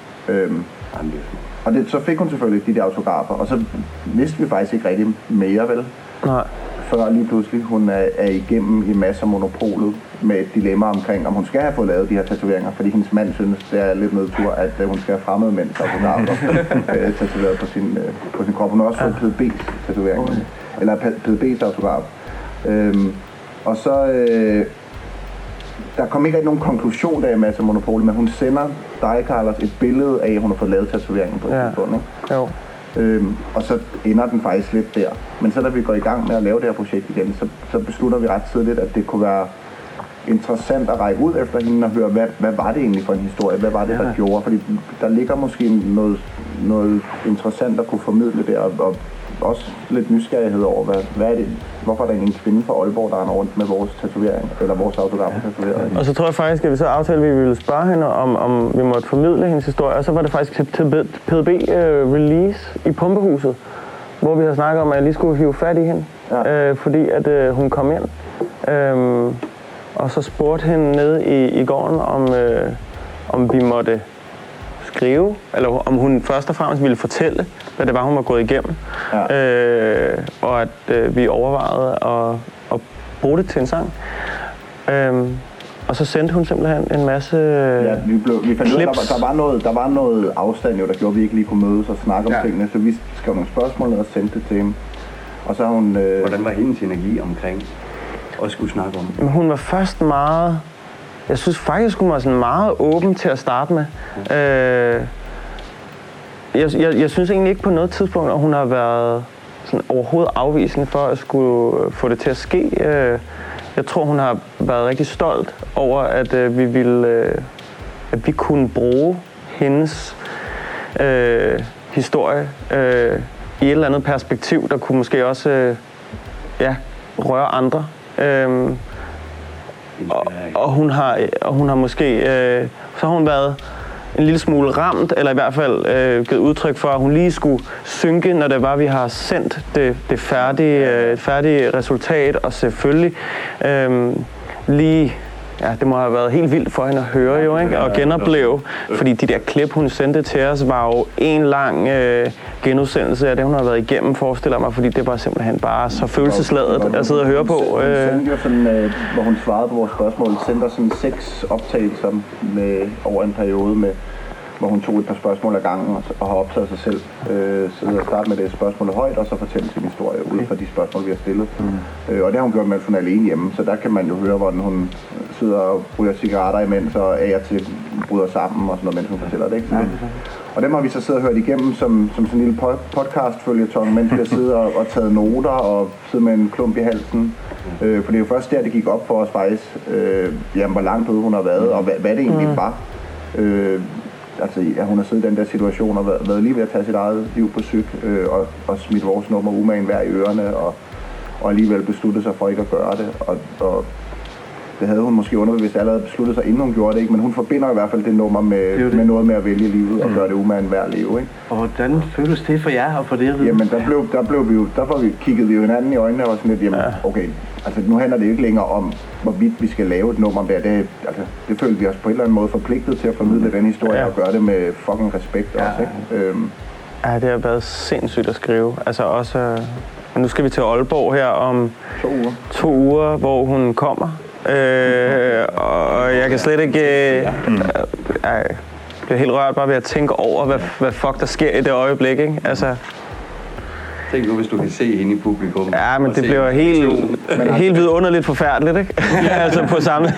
Og så fik hun selvfølgelig de der autografer, og så vidste vi faktisk ikke rigtig mere, vel? Nej. Før lige pludselig, hun er igennem i masser af Monopolet med et dilemma omkring, om hun skal have fået lavet de her tatoveringer, fordi hendes mand synes, det er lidt nedtur, at hun skal have fremmede mænds autografer tatoveret på sin krop. Hun har også fået PDB's tatoveringer, eller PDB's autograf. Og så, der kom ikke rigtig nogen konklusion der i masser af Monopolet, men hun sender dig, Carlos, et billede af, at hun har fået lavet tatoveringen på et tidspunkt, ikke? Jo. Og så ender den faktisk lidt der. Men så da vi går i gang med at lave det her projekt igen, så beslutter vi ret tidligt, at det kunne være interessant at række ud efter hende og høre, hvad var det egentlig for en historie? Hvad var det, der gjorde? Fordi der ligger måske noget interessant at kunne formidle der, og også lidt nysgerrighed over, hvad er det? Hvorfor er der en kvinde fra Aalborg, der er rundt med vores tatovering, eller vores autograf-tatovering? Og så tror jeg faktisk, at vi så aftalte, at vi ville spørge hende, om vi måtte formidle hendes historie, og så var det faktisk til PDB-release i Pumpehuset, hvor vi har snakket om, at jeg lige skulle hive fat i hende, fordi at hun kom ind. Og så spurgte hende nede i gården, om vi måtte skrive, eller om hun først og fremmest ville fortælle, hvad det var, hun var gået igennem. Ja. Og at vi overvejede at bruge det til en sang. Og så sendte hun simpelthen en masse vi fandt ud af, der var noget afstand, jo, der gjorde, at vi ikke lige kunne mødes og snakke om tingene, så vi skrev nogle spørgsmål og sendte det til hende. Og så hun... Hvordan var hendes energi omkring at skulle snakke om? Hun var først meget... Jeg synes faktisk, hun var sådan meget åben til at starte med. Jeg synes egentlig ikke på noget tidspunkt, at hun har været sådan overhovedet afvisende for at skulle få det til at ske. Jeg tror, hun har været rigtig stolt over, at at vi kunne bruge hendes historie i et eller andet perspektiv, der kunne måske også røre andre. Og hun har måske så har hun været en lille smule ramt, eller i hvert fald givet udtryk for, at hun lige skulle synke, når det var, vi har sendt det færdige resultat, og selvfølgelig det må have været helt vildt for hende at høre jo, ikke? Og genopleve, fordi de der klip, hun sendte til os, var jo en lang genudsendelse af det, hun har været igennem, forestiller mig, fordi det var simpelthen bare så følelsesladet at sidde og høre på. Hun sendte jo sådan, hvor hun svarede på vores spørgsmål, sendte sådan 6 optagelser over en periode hvor hun tog et par spørgsmål ad gangen og har optaget sig selv. Sidde og starte med det spørgsmål højt, og så fortælle sin historie ud fra de spørgsmål, vi har stillet. Og det har hun gjort, mens hun er alene hjemme, så der kan man jo høre, hvordan hun sidder og ryger cigaretter imens, og af og til bryder sammen og sådan noget, mens hun fortæller det, ikke? Og dem har vi så siddet og hørt igennem som sådan en lille podcast-følgetong, mens vi har siddet og taget noter og siddet med en klump i halsen. For det er jo først der, det gik op for os faktisk, hvor langt ude hun har været, og hvad det egentlig var. Altså, hun har siddet i den der situation og været lige ved at tage sit eget liv på psyk, og smidt vores nummer umagen hver i ørerne, og alligevel besluttet sig for ikke at gøre det. Og det havde hun måske underbevidst allerede besluttet sig, inden hun gjorde det, ikke? Men hun forbinder i hvert fald det nummer med noget med at vælge livet og gøre det umagen hver leve, ikke? Og hvordan føles det for jer og for det? Jamen, kiggede vi jo hinanden i øjnene og sådan lidt, jamen, okay, altså nu handler det jo ikke længere om, hvorvidt vi skal lave et nummer der. Det følte vi os på en eller anden måde forpligtet til at formidle den historie og gøre det med fucking respekt også, ikke? Ja, det har været sindssygt at skrive. Altså også... nu skal vi til Aalborg her om 2 uger, hvor hun kommer. Og jeg kan slet ikke... jeg bliver helt rørt bare ved at tænke over, hvad fuck der sker i det øjeblik, ikke? Altså... Tænk nu, hvis du kan se hende i publikum. Ja, men det bliver helt vidunderligt forfærdeligt, ikke? Altså på samme...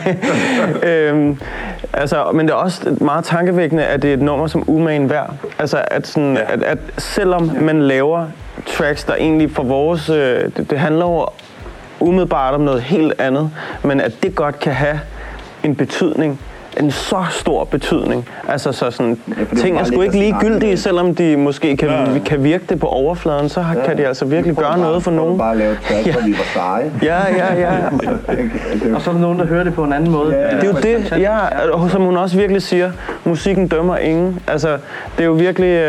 men det er også meget tankevækkende, at det er et nummer som umagen værd. Altså, at selvom man laver tracks, der egentlig for vores... det handler jo umiddelbart om noget helt andet, men at det godt kan have en betydning, en så stor betydning. Altså så sådan, ting er sgu ikke ligegyldige, selvom de måske kan virke det på overfladen, så kan de altså virkelig gøre noget for nogen. Bare lave tracks, hvor vi var seje. Ja. Og så er der nogen, der hører det på en anden måde. Det er jo det, som hun også virkelig siger, musikken dømmer ingen. Altså, det er jo virkelig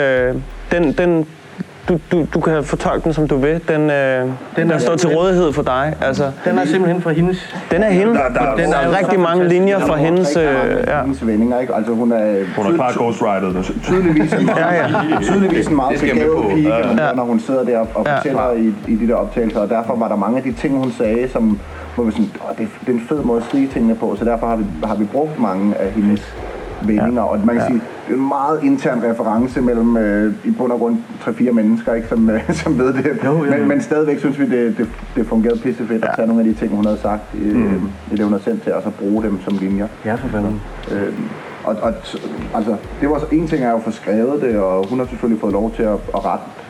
du kan fortolke den, som du vil. Den står til rådighed for dig. Altså, den er simpelthen fra hendes... Den er hende. Der er rigtig mange linjer fra hendes... hendes vendinger, ikke? Altså, hun er klart ghostwriter. Tydeligvis en meget begavet pige, når hun sidder der og fortæller i de der optagelser. Og derfor var der mange af de ting, hun sagde, som... Hvor vi sådan, det er en fed måde at skrive tingene på, så derfor har vi brugt mange af hendes vendinger, og man kan sige, det er en meget intern reference mellem i bund og grund 3-4 mennesker, ikke, som ved det. Jo. Men stadigvæk synes vi, det fungerede pissefedt at tage nogle af de ting, hun havde sagt i det, hun havde sendt til os, og bruge dem som linjer. Ja, for fanden. Altså, det var så en ting, er jo at få skrevet det, og hun har selvfølgelig fået lov til at rette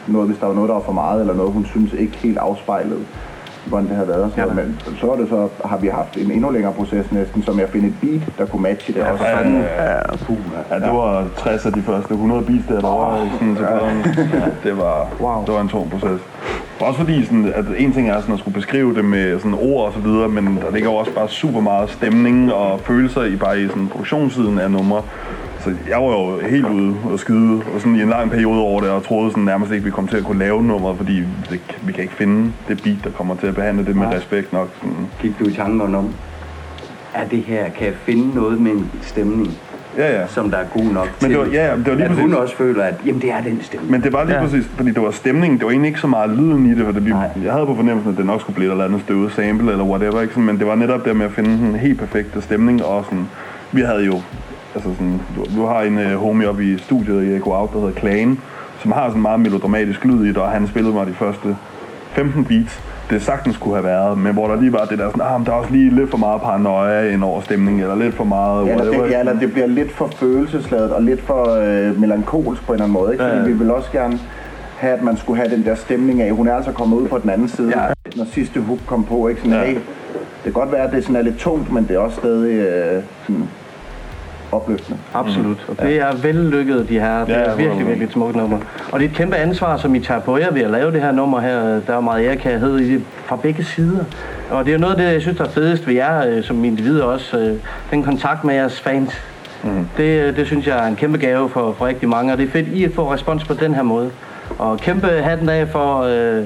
noget, hvis der var noget, der var for meget, eller noget, hun synes ikke helt afspejlede, hvordan det havde været. Men så er det så, har vi haft en endnu længere proces næsten, som jeg finder et beat, der kunne matche det også. Det var 60 af de første 100 beats derovre. Det var en tung proces. Også fordi, sådan, at en ting er sådan, at skulle beskrive det med sådan ord og så videre, men der ligger også bare super meget stemning og følelser i sådan produktionssiden af numre. Så jeg var jo helt ude og skyde og sådan i en lang periode over det, og troede sådan nærmest ikke, vi kom til at kunne lave nummer, fordi vi kan ikke finde det beat, der kommer til at behandle det med respekt nok. Sådan. Gik du i tankerne om, at det her kan jeg finde noget med en stemning? Som der er god nok til, det var lige at præcis. Hun også føler, at jamen, det er den stemning. Men det var lige præcis, fordi det var stemningen, det var egentlig ikke så meget lyden i det, for jeg havde på fornemmelsen, at det nok skulle blive et eller andet støvet sample eller whatever, ikke? Men det var netop der med at finde en helt perfekte stemning, og sådan, vi havde jo, altså sådan, du har en homie oppe i studiet i Echo Out, der hedder Clan, som har sådan meget melodramatisk lyd i det, og han spillede mig de første 15 beats, det sagtens kunne have været, men hvor der lige var det der sådan, der er også lige lidt for meget paranoia ind over stemningen, eller lidt for meget eller det bliver lidt for følelsesladet, og lidt for melankolsk på en eller anden måde, ikke? Fordi vi vil også gerne have, at man skulle have den der stemning af, hun er altså kommet ud på den anden side, når sidste hook kom på, ikke? Sådan, hey, det kan godt være, at det sådan er lidt tungt, men det er også stadig sådan opløftende. Absolut. Og det er vellykket, de her. Det er virkelig, virkelig et smukt nummer. Og det er et kæmpe ansvar, som I tager på jer ved at lave det her nummer her. Der er meget ærkærhed i det fra begge sider. Og det er jo noget af det, jeg synes, der er fedest ved jer som individer også. Den kontakt med jeres fans. Det synes jeg er en kæmpe gave for rigtig mange. Og det er fedt, I får respons på den her måde. Og kæmpe hatten af for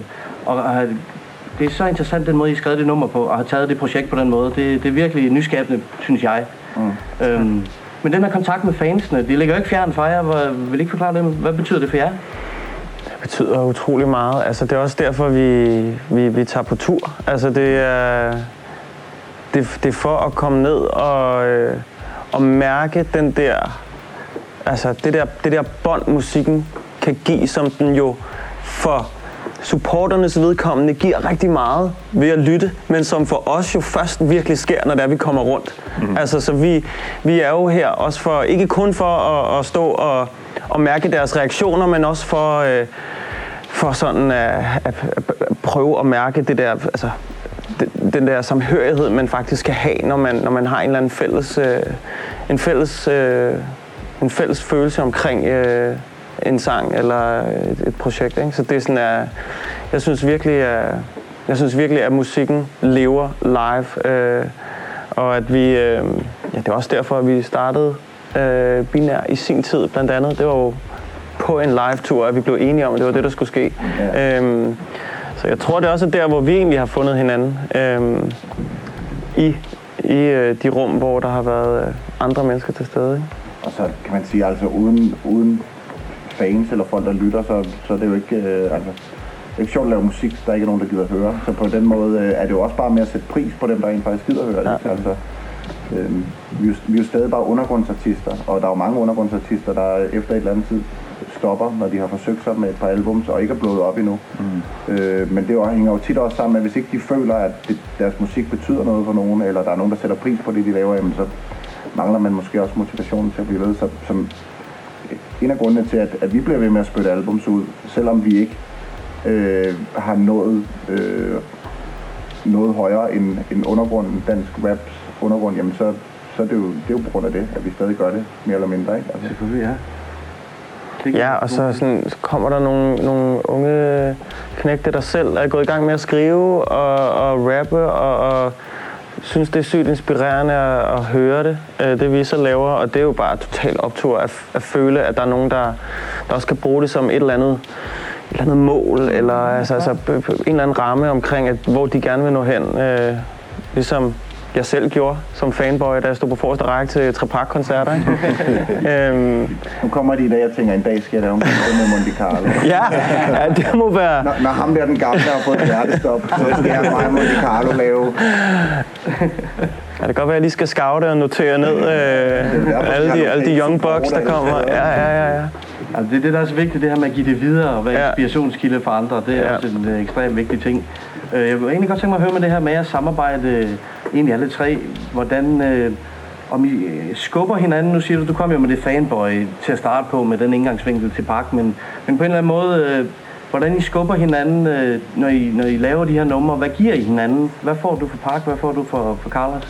det er så interessant, den måde, I har skrevet det nummer på, og har taget det projekt på den måde. Det er virkelig nyskabende, synes jeg. Men den her kontakt med fansene, det ligger jo ikke fjern fra jer. Vil I ikke forklare det? Hvad betyder det for jer? Det betyder utrolig meget. Altså, det er også derfor, vi tager på tur. Altså, det er for at komme ned og mærke den der, altså det der bånd, musikken kan give, som den jo for supporternes vedkommende giver rigtig meget ved at lytte, men som for os jo først virkelig sker, når det er, vi kommer rundt. Altså, så vi er jo her også for, ikke kun for at stå og mærke deres reaktioner, men også for sådan at prøve at mærke det der, altså den der samhørighed, man faktisk kan have, når man har en eller anden fælles følelse omkring en sang eller et projekt, ikke? Så det er sådan, jeg synes virkelig, at musikken lever live, og at vi, det er også derfor, at vi startede Binær i sin tid, blandt andet. Det var jo på en live-tur, at vi blev enige om, at det var det, der skulle ske. Så jeg tror, det er også der, hvor vi egentlig har fundet hinanden, i de rum, hvor der har været andre mennesker til stede, ikke? Og så kan man sige, altså uden fans eller folk, der lytter, så er det jo ikke, det er ikke sjovt at lave musik, der ikke er nogen, der gider at høre. Så på den måde er det jo også bare med at sætte pris på dem, der egentlig faktisk gider at høre det. Altså, vi er jo stadig bare undergrundsartister, og der er jo mange undergrundsartister, der efter et eller andet tid stopper, når de har forsøgt sig med et par albums, og ikke er blået op endnu. Men det hænger jo tit også sammen med, at hvis ikke de føler, at deres musik betyder noget for nogen, eller der er nogen, der sætter pris på det, de laver, jamen, så mangler man måske også motivationen til at blive ved. Så som en af grundene til, at vi bliver ved med at spytte albums ud, selvom vi ikke har noget højere end undergrunden, dansk raps undergrund, jamen så er det jo på grund af det, at vi stadig gør det, mere eller mindre, ikke? Altså, selvfølgelig, ja. Ja, og så kommer der nogle unge knægte, der selv er gået i gang med at skrive og rappe, og synes, det er sygt inspirerende at høre det vi så laver, og det er jo bare totalt optur at føle, at der er nogen, der også kan bruge det som et eller andet mål, eller altså en eller anden ramme omkring, hvor de gerne vil nå hen, ligesom jeg selv gjorde som fanboy, da jeg stod på forreste række til Trepak-koncerter. Nu kommer de i dag, og tænker, en dag skal jeg lave en med Monte Carlo. ja, det må være... Når ham der, den gamle, har fået et hjertestop, så skal jeg mig Monte Carlo lave. Ja, det kan godt være, at jeg lige skal scoute og notere ned alle de young bucks, der kommer. Ja. Altså, det er det, der er så vigtigt, det her med at give det videre og være inspirationskilde for andre. Det er også en ekstremt vigtig ting. Jeg vil egentlig godt tænke mig at høre med det her med at samarbejde, egentlig alle tre. Hvordan, om I skubber hinanden, nu siger du kom jo med det fanboy til at starte på med den indgangsvinkel til Park, men på en eller anden måde hvordan I skubber hinanden, når I laver de her numre. Hvad giver I hinanden? Hvad får du for Park? Hvad får du for Carlos?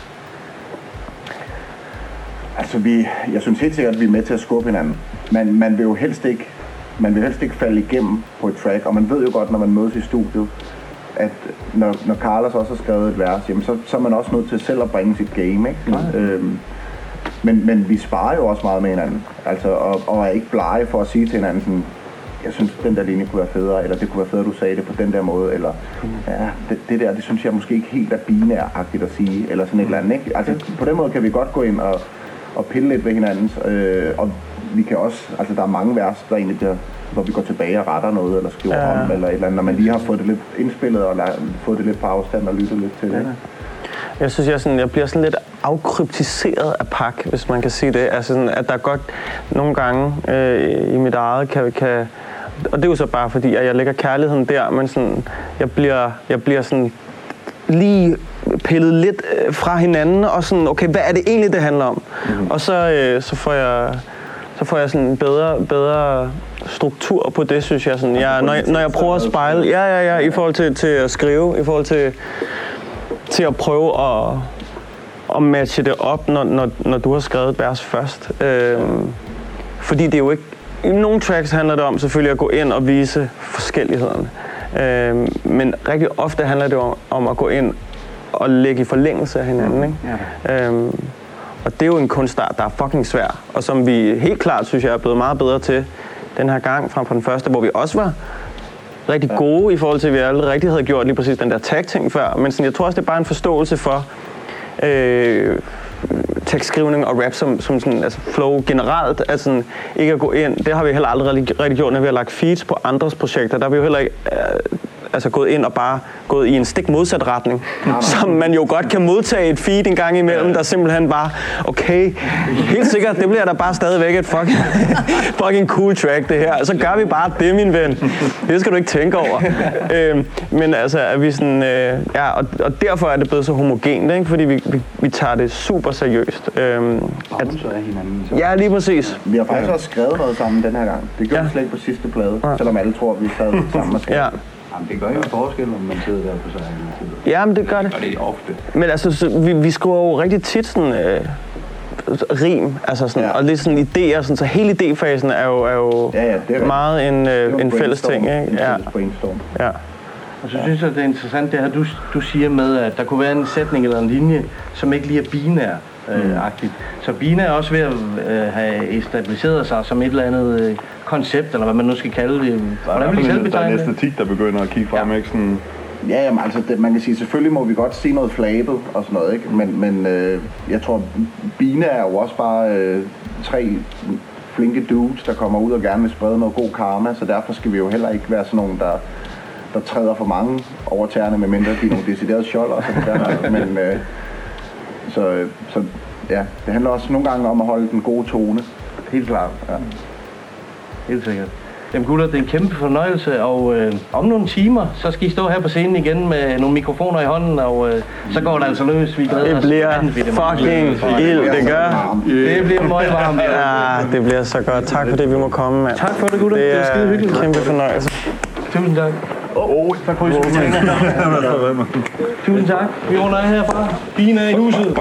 Altså, jeg synes helt sikkert, at vi er med til at skubbe hinanden. Men man vil jo helst ikke falde igennem på et track, og man ved jo godt, når man mødes i studiet, at når Carlos også har skrevet et vers, jamen, så er man også nødt til selv at bringe sit game, ikke? Men vi sparer jo også meget med hinanden, altså, og er ikke blege for at sige til hinanden sådan, jeg synes, den der linje kunne være federe, eller det kunne være federe, du sagde det på den der måde, eller ja, det der, det synes jeg måske ikke helt er binæragtigt at sige, eller sådan et eller andet, ikke? Altså, på den måde kan vi godt gå ind og pille lidt ved hinandens, og vi kan også, altså der er mange vers, der egentlig bliver, hvor vi går tilbage og retter noget, eller skriver om, eller et eller andet, når man lige har fået det lidt indspillet, og fået det lidt på afstand og lyttet lidt til det. Jeg synes, jeg bliver sådan lidt afkryptiseret af Park, hvis man kan sige det. Altså sådan, at der godt nogle gange i mit eget kan... Og det er jo så bare fordi, at jeg lægger kærligheden der, men sådan, jeg bliver sådan lige pillet lidt fra hinanden, og sådan, okay, hvad er det egentlig, det handler om? Og så får jeg sådan en bedre struktur på det, synes jeg. Sådan, når jeg prøver at spejle, i forhold til at skrive, i forhold til at prøve at matche det op, når du har skrevet et vers først. Fordi det er jo ikke... I nogle tracks handler det om selvfølgelig at gå ind og vise forskellighederne. Men rigtig ofte handler det om at gå ind og lægge i forlængelse af hinanden, ikke? Og det er jo en kunstart, der er fucking svær, og som vi helt klart, synes jeg, er blevet meget bedre til den her gang, frem for den første, hvor vi også var rigtig gode i forhold til, at vi aldrig rigtig havde gjort lige præcis den der tag-ting før. Men sådan, jeg tror også, det er bare en forståelse for tekstskrivning og rap som sådan, altså flow generelt. Altså ikke at gå ind, det har vi heller aldrig rigtig gjort, når vi har lagt feeds på andres projekter. Der har vi jo heller ikke gået ind og bare gået i en stik modsat retning, som man jo godt kan modtage et feed en gang imellem, der simpelthen bare, okay, helt sikkert, det bliver der bare stadigvæk et fucking cool track, det her. Så gør vi bare det, min ven. Det skal du ikke tænke over. Men altså, at vi sådan, og derfor er det blevet så homogent, ikke? Fordi vi tager det super seriøst. Ja, lige præcis. Vi har faktisk også skrevet noget sammen den her gang. Det gjorde vi slet ikke på sidste plade, selvom alle tror, at vi sad sammen og skrev. Jamen, det gør jo en forskel, om man sidder der på sig. Ja, men det gør det. Og det er ofte. Men altså, vi skriver jo rigtig tit sådan rim, altså sådan, og lidt sådan idéer, sådan, så hele idéfasen er jo meget en fælles ting, ikke? Ja. Og så synes jeg, det er interessant, det her, du siger med, at der kunne være en sætning eller en linje, som ikke lige er binær-agtigt. Så binær er også ved at have etableret sig som et eller andet koncept, eller hvad man nu skal kalde det. Hvordan vil I selv betegne det? Der er en æstetik, der begynder at kigge frem, ikke? Sådan... Ja, jamen, altså, man kan sige, selvfølgelig må vi godt sige noget flabet og sådan noget, ikke? Men jeg tror, binær er jo også bare 3 flinke dudes, der kommer ud og gerne vil sprede noget god karma, så derfor skal vi jo heller ikke være sådan nogen, der træder for mange over tæerne, medmindre de er nogle deciderede skjolder. Men så ja, det handler også nogle gange om at holde den gode tone. Helt klart. Ja. Helt sikkert. Jamen gutter, det er en kæmpe fornøjelse, og om nogle timer, så skal I stå her på scenen igen med nogle mikrofoner i hånden, og så går det altså løs. Vi glæder os. Det bliver fucking ild, det gør. Det bliver meget varmt. Ja, det bliver så godt. Tak for det, vi må komme, mand. Tak for det, gutter. Det er skide hyggeligt. Kæmpe fornøjelse. Tusind tak. Tak for, at I Tusind tak. Vi runder af herfra. Bina i huset.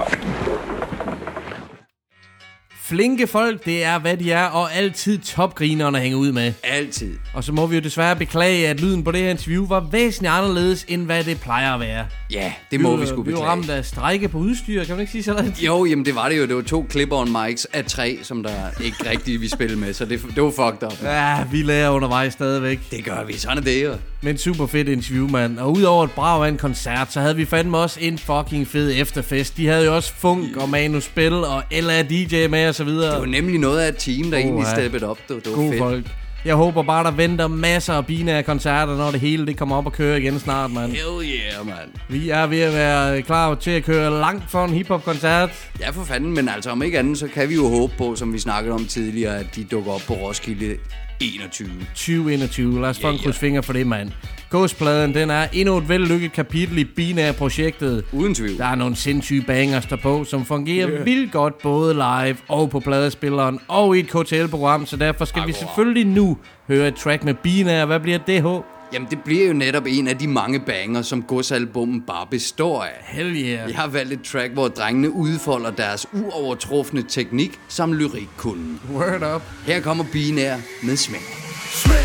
Flinke folk, det er hvad de er, og altid topgrinerne at hænge ud med. Altid. Og så må vi jo desværre beklage, at lyden på det her interview var væsentligt anderledes, end hvad det plejer at være. Ja, det må vi sgu beklage. Vi var ramt af strejke på udstyr, kan man ikke sige sådan? Jo, jamen det var det jo. Det var 2 clip-on mics af 3, som der ikke rigtig vi spille med, så det var fucked up. Ja, vi lærer undervejs stadigvæk. Det gør vi, sådan er det jo. Men super fedt interview, mand. Og udover et brag af en koncert, så havde vi fandme også en fucking fed efterfest. De havde jo også Funk og Manu Spil og LA DJ med og så videre. Det var nemlig noget af et team, der egentlig steppede op. Det var god fedt. Folk. Jeg håber bare, der venter masser af binære koncerter, når det hele det kommer op og kører igen snart, mand. Hell yeah, mand. Vi er ved at være klar til at køre langt for en hiphop-koncert. Ja, for fanden, men altså om ikke andet, så kan vi jo håbe på, som vi snakkede om tidligere, at de dukker op på Roskilde 2021. Lad os få en krydsfinger for det, mand. Gåspladen, den er endnu et vellykket kapitel i Binær-projektet. Uden tvivl. Der er nogle sindssyge bangers derpå, som fungerer vildt godt både live og på pladespilleren og i et KTL-program, så derfor skal vi selvfølgelig nu høre et track med Binær. Hvad bliver det, H? Jamen, det bliver jo netop en af de mange banger, som godsalbummen bare består af. Hell yeah. Jeg har valgt et track, hvor drengene udfolder deres uovertrufne teknik som lyrikkunden. Word up. Her kommer Binær med Smæk. Smæk.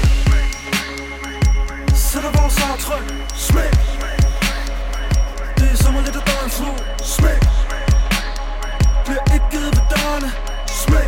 Sætter vores aftryk. Smæk. Det er som at lidt af døren flu. Smæk. Bliver ikke givet ved dørene. Smæk.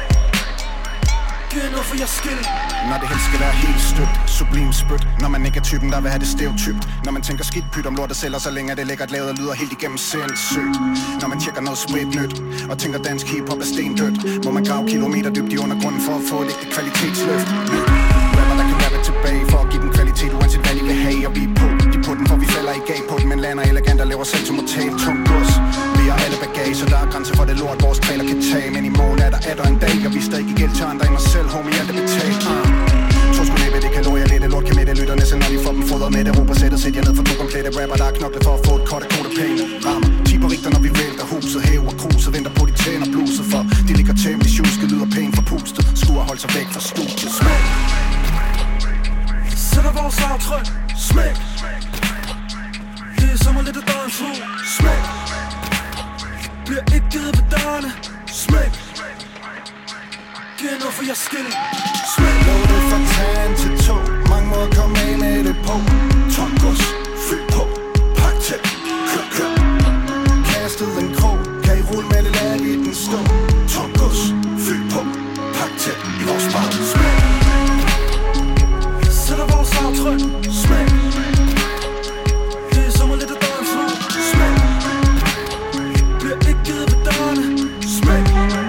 Giv noget for jeg skil. Når det helst skal være helt støbt, sublim spyt. Når man ikke er typen, der vil have det stereotypt. Når man tænker skidt pyt om lortet sælger, så længe det lækkert lavet og lyder helt igennem sindssygt. Når man tjekker noget sprit nyt, og tænker dansk hiphop er stendødt, må man grave kilometer dybt i undergrunden for at få et ægte kvalitetsløft. Rapper, der kan rappe tilbage for at give den kvalitet, uanset hvad de vil have. Og vi er på, de på den, for vi falder i gag på den, men lander elegant og laver selv som at tale tung gods. Vi har alle bagage, så der er grænser for det lort, vores kvaler kan tage. Men i morgen er der en dag, og vi er stadig i gæld til andre end os selv, homie, alt er betalt. To sgu næppe, det kalorier lidt, lort kan mætte lytterne, så når de får dem fodret med det. Råber sættet, sæt jer ned for to komplette rapper, der er knoklet for at få et kort af kode penge. Rammer 10 på rigter, når vi vælter huset, hæver kruset, venter på de tænder bluset, for de ligger temmelig tjuske, lyder pænt for pustet. Skuer holde sig væk fra studiet. Smæk. Sætter vores aftryk. Smæk. Det er som at lidt af døren flu. Smæk. Bliver ikke givet ved dørene. Smæk. Giv noget for jeg skil. Smæk. Lovet fra tan til to. Mange måder komme af med det på. Tongos, fyld på. Pak tæt, kør, kør. Kastet en krog. Kan I rulle med det, lad i den stå. Tongos, fyld på. Pak tæt i vores bar. Smæk. Sætter vores aftryk. Smæk. Det er som at lidt af døren flu. Smæk. Bliver ikke givet ved dørene. Smæk.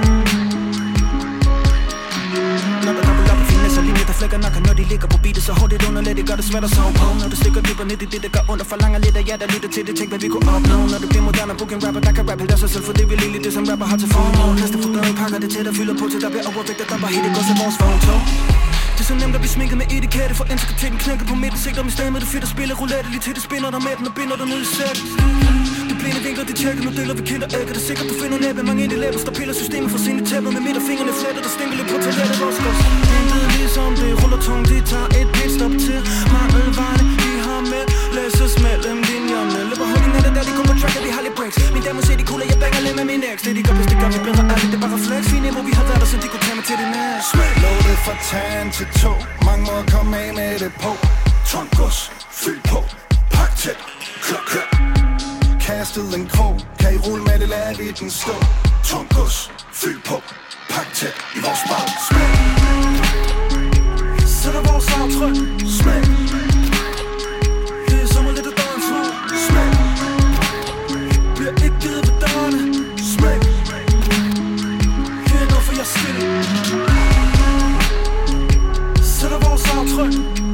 Når der dobbelt op og fine så lige der flækker nakker, når de ligger på beatet så hurtigt under lidt, det gør det svært at sove på. Når du stikker dybere ned i det, der gør ondt og forlanger lidt af jer, der lytter til det, tænk hvad vi kunne opnå. Når du bliver moderne booking rapper, der kan rappe helt af sig selv, for det vil lille det som rapper har til formål. Kaster for døren, pakker det til, der fylder på til der bliver overvægt, og der bare helt, det går til vores vogntog. Det er så nemt at blive sminket med etikette, for integriteten knækker på midten, sigter med stedet med det fedt at spille roulette, lige til det spinner der med den og binder dig ned i sæt. Det blinde vinkler, det tjekker, nu deler vi kinderægger, det er sikkert du finder næppe, mange ind i læber, der piller systemet for sine tæpper, med midt og fingrene fletter, der stinker lidt på toilettet, vores gods. Intet ligesom det ruller tungt, de tager et pitstop til mangelvarne, de har med, læses mellem linjerne, løber hul i nettet, der de kommer på track, og de har lidt breaks. Min dame siger de cooler, jeg banger lidt med min ex, det de gør, hvis det gør vi bedre, ærligt, det er bare reflex, fine hvor vi har været der, så de kunne tage mig til det næste. Smæk. Lovet fra tan til to. Mange måder komme af med det på. Tongos, fyld på. Pak tæt, kør, kør. Kastet en krog. Kan I rulle med det, lad vi den stå. Tongos, fyld på. Pak tæt i vores bar. Smæk. Sætter vores aftryk. Smæk. Det er som at lidt af døren flu. Smæk. Bliver ikke givet ved dørene. Smæk. Giv noget for jeg skil. Sætter vores aftryk.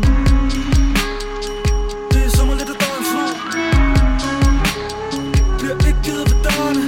Det er som at lidt af døren flu. Bliver ikke givet ved dørene.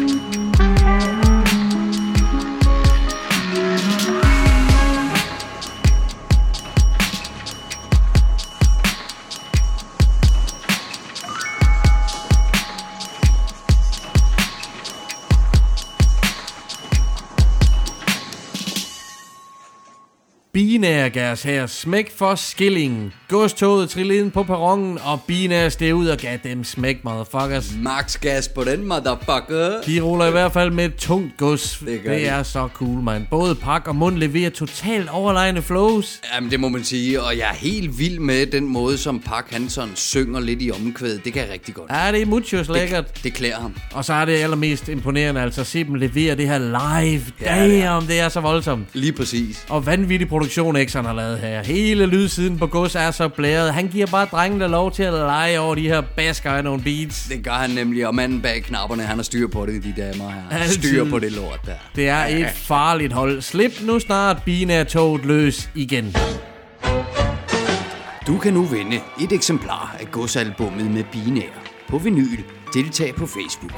Binærgas her. Smæk for skilling. Godstoget trillede ind på perronen, og Binær steg ud og gav dem smæk, motherfuckers. Max gas på den, motherfucker. De ruller i hvert fald med et tungt gods. Det er så cool, man. Både Pak og Mund leverer totalt overlegne flows. Jamen, det må man sige, og jeg er helt vild med den måde, som Pak han sådan synger lidt i omkvædet. Det kan jeg rigtig godt. Ja, det er muchos lækkert. Det klæder ham. Og så er det allermest imponerende, altså at se dem levere det her live. Damn, det er så voldsomt. Lige præcis. Og vanvittig produktion, Exxon har lavet her. Hele lydsiden på gods er så blæret. Han giver bare drengene lov til at lege over de her basker af nogle beats. Det gør han nemlig, og manden bag knapperne, han har styr på det, de damer her. Altid. Styr på det lort der. Det er et farligt hold. Slip nu snart Binær-toget løs igen. Du kan nu vinde et eksemplar af godsalbummet med Binær på vinyl. Deltag på Facebook.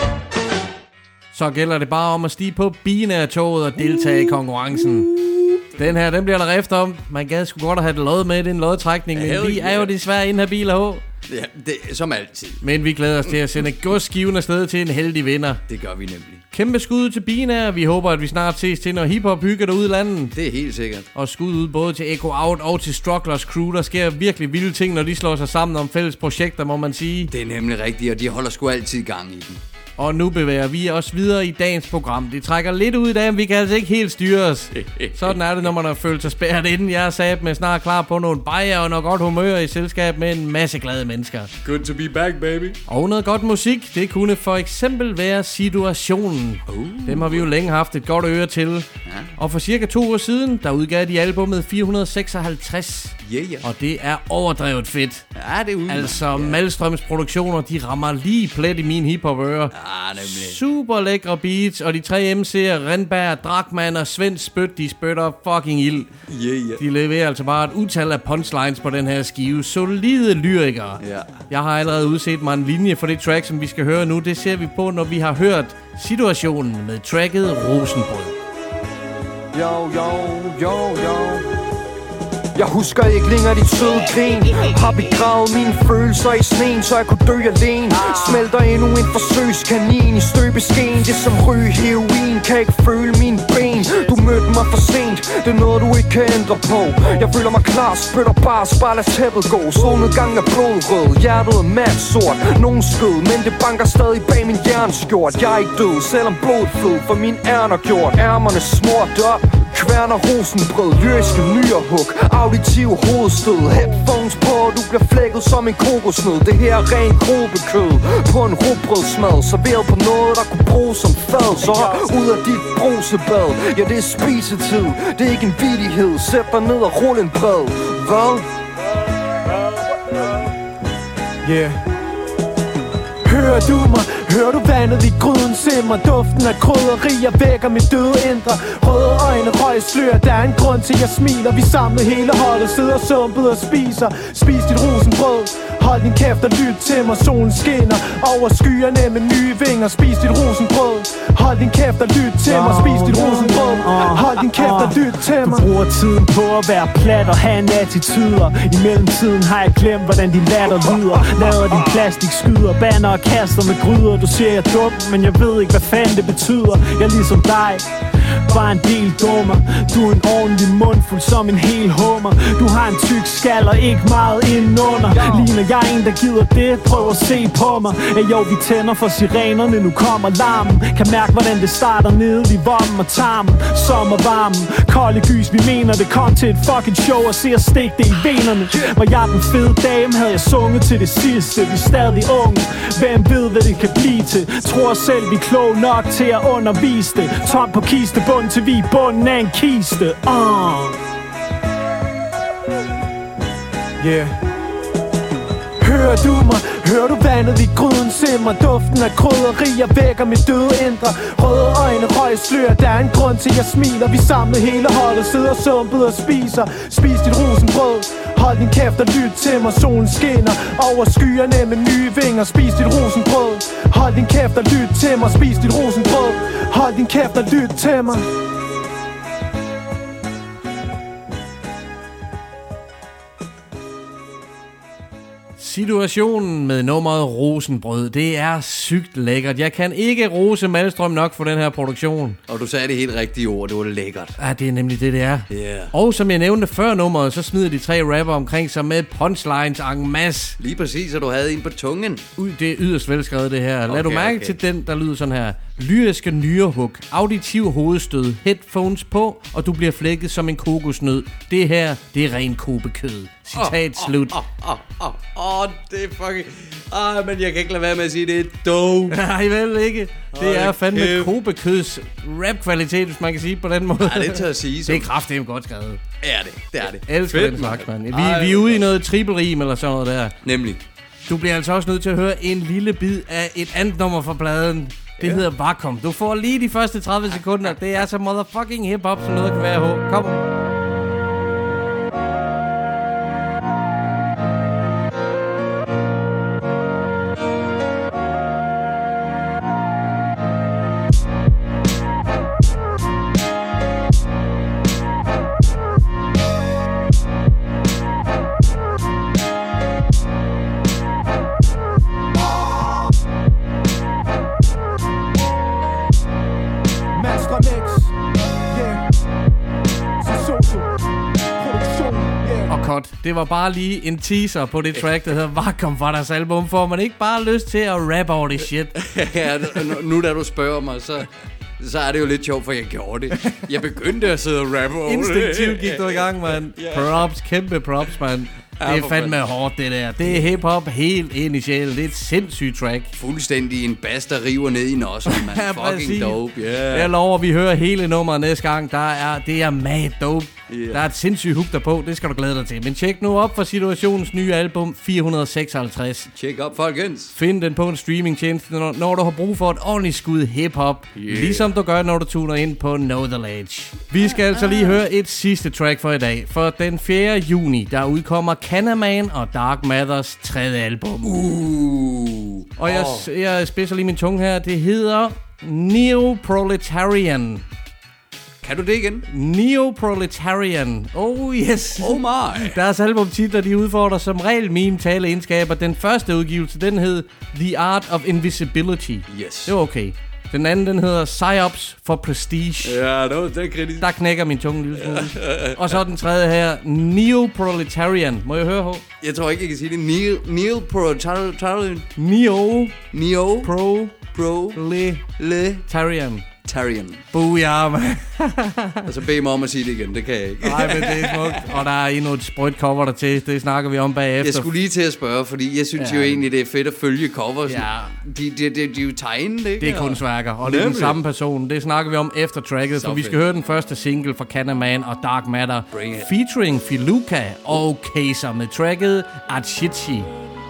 Så gælder det bare om at stige på Binær-toget og deltage i konkurrencen. Den her, den bliver der rift om. Man gad sgu godt at have det lod med i den lodtrækning, men vi er jo desværre inhabile H. Ja, det, som altid. Men vi glæder os til at sende godsskiven afsted til en heldig vinder. Det gør vi nemlig. Kæmpe skud til Bina. Vi håber, at vi snart ses til, når hiphop hygger derude i landet. Det er helt sikkert. Og skud ud både til Echo Out og til Strugglers Crew. Der sker virkelig vilde ting, når de slår sig sammen om fælles projekter, må man sige. Det er nemlig rigtigt, og de holder sgu altid gang i den. Og nu bevæger vi os videre i dagens program. Det trækker lidt ud i dag, men vi kan altså ikke helt styre os. Sådan er det, når man har følt sig spærret inden. Jeg er sat med snart klar på nogle bajer og noget godt humør i selskab med en masse glade mennesker. Good to be back, baby. Og noget godt musik, det kunne for eksempel være Situationen. Dem har vi jo længe haft et godt øre til. Ja. Og for cirka 2 uger siden, der udgav de albumet 456. Yeah. Og det er overdrevet fedt. Ja, det er udmærket. Altså, Malstrøms produktioner, de rammer lige plet i min hiphop-øre. Super lækre beats, og de 3 MC'er, Renberg, Drachmann og Svend Spyt, de spytter fucking ild. De leverer altså bare et utal af punchlines på den her skive. Solide lyrikere. Jeg har allerede udset mig en linje for det track, som vi skal høre nu. Det ser vi på, når vi har hørt Situationen med tracket Rosenbrød. Yo. Jeg husker ikke længere dit søde grin. Har begravet mine følelser i sneen, så jeg kunne dø alene. Smelter endnu en forsøgskanin i støbeskeen. Det som ryge heroin, kan ikke føle mine ben. Du mødte mig for sent, det er noget du ikke kan ændre på. Jeg føler mig klar, spytter bare lad tæppet gå. Solnedgangen er blodrød, hjertet er mat sort. Nogen skød, men det banker stadig bag min jernskjort. Jeg er ikke død, selvom blodet flød, for min ærner gjort. Ærmerne smurt op, kværner rosenbrød, lyriske nyrehug, auditiv hovedstød, headphones på, du bliver flækket som en kokosnød. Det her er ren grobekød på en rugbrødsmad, serveret på noget, der kunne bruges som fad. Så ud af dit brusebad, ja det er spisetid, det er ikke en vittighed. Sæt dig ned og rul en bred. Hvad? Hører du mig? Hører du vandet i gryden simmer? Duften af krydderier vækker mit døde indre. Røde øjne, røgslør, der er en grund til jeg smiler. Vi samlet hele holdet, sidder sumpet og spiser. Spis dit rosenbrød, hold din kæft og lyt til mig. Solen skinner over skyerne med nye vinger. Spis dit rosenbrød, hold din kæft og lyt til mig. Spis dit rosenbrød, hold din kæft og lyt til mig. Du bruger tiden på at være plat og have en attituder. I mellemtiden har jeg glemt, hvordan din latter lyder. Lader din plastik skyder, banner og kaster med gryder. Du siger jeg er dum, men jeg ved ikke hvad fanden det betyder. Jeg er ligesom dig, bare en del dummer. Du er en ordentlig mundfuld som en hel hummer. Du har en tyk skal og ikke meget indenunder. Ligner jeg en der gider det, prøv at se på mig. Jo, vi tænder for sirenerne, nu kommer larmen. Kan mærke hvordan det starter nede i vommen og tarmen. Sommervarmen, kolde gys, vi mener det. Kom til et fucking show og se os stikke det i venerne. Var jeg den fede dame, havde jeg sunget til det sidste. Vi er stadig unge, hvem ved hvad det kan blive til. Tror selv vi er kloge nok til at undervise det. Tom på kistebund til vi er bunden af en kiste. Hører du mig? Hører du vandet i gryden simmer? Duften af krydderier vækker mit døde indre. Røde øjne, røgslør, der er en grund til jeg smiler. Vi samlet hele holdet, sidder sumpet og spiser. Spis dit rosenbrød, hold din kæft og lyt til mig. Solen skinner over skyerne med nye vinger. Spis dit rosenbrød, hold din kæft og lyt til mig. Spis dit rosenbrød, hold din kæft og lyt til mig. Situationen med nummeret Rosenbrød, det er sygt lækkert. Jeg kan ikke rose Malstrøm nok for den her produktion. Og du sagde det helt rigtige ord, det var lækkert. Ja, det er nemlig det er. Og som jeg nævnte før nummeret, så smider de 3 rapper omkring sig med punchlines en masse. Lige præcis, og du havde en på tungen. Det er yderst velskrevet det her. Lad du mærke til den, der lyder sådan her. Lyriske nyrehug, auditiv hovedstød, headphones på, og du bliver flækket som en kokosnød. Det her, det er ren kobekød. Citat slut. Det er fucking... men jeg kan ikke lade være med at sige, det er dope. Nej, vel ikke. Det er fandme kobekøds rap-kvalitet, hvis man kan sige på den måde. Ja, det tør at sige. Det er kraftedeme godt skrevet. Det er det. Elsker den slags, mand. Vi er ude i noget trippelrim eller sådan noget der. Nemlig. Du bliver altså også nødt til at høre en lille bid af et andet nummer fra pladen. Det hedder Vakuum. Du får lige de første 30 sekunder. Det er så motherfucking hip-hop, som noget kan være. Kom. Det var bare lige en teaser på det track, der hedder Vakuum fra deres album. Får man ikke bare lyst til at rap over det shit? Ja, nu da du spørger mig, så er det jo lidt sjovt, for jeg gjorde det. Jeg begyndte at sidde og rappe over det. Instinktivt gik du i gang, mand. Props, kæmpe props, mand. Det er fandme hårdt, det der. Det er hip-hop helt ind i sjælen. Det er et sindssygt track. Fuldstændig en bass, der river ned i nossen, man. Fucking dope, yeah. Jeg lover, vi hører hele nummeret næste gang. Det er mad dope. Yeah. Der er et sindssygt hook derpå. Det skal du glæde dig til. Men tjek nu op for Situationens nye album 456. Tjek op, folkens. Find den på en streamingtjeneste, når du har brug for et ordentligt skud hip-hop. Yeah. Ligesom du gør, når du tuner ind på Know The Ledge. Vi skal altså lige høre et sidste track for i dag. For den 4. juni, der udkommer Canaman og Dark Matters 3. album. Og jeg spidser lige min tunge her. Det hedder Neoproletarian. Kan du det igen? Neoproletarian. Oh yes. Oh my. Deres albumtitler, de udfordrer som regel meme taleegenskaber. Den første udgivelse, den hed The Art of Invisibility. Yes. Det var okay. Den anden, den hedder Psyops for Prestige. Ja, det er kritisk. Der knækker min tunge en lille smule. Og så den tredje her, Neoproletarian. Må jeg høre, H? Jeg tror ikke, jeg kan sige det. Neoproletarian. Neoproletarian. Booyah, man. Og så bed mig om at sige det igen. Det kan jeg ikke. Nej, men det er smukt. Og der er endnu et sprødt cover der til. Det snakker vi om bagefter. Jeg skulle lige til at spørge, fordi jeg synes jo egentlig, det er fedt at følge covers. Ja. De er jo tegnet, ikke? Det er kunstværker, og det er den samme person. Det snakker vi om efter tracket, så for vi skal høre den første single fra Canaman og Dark Matter. Featuring Filuka og Kaiser med tracket Achichi.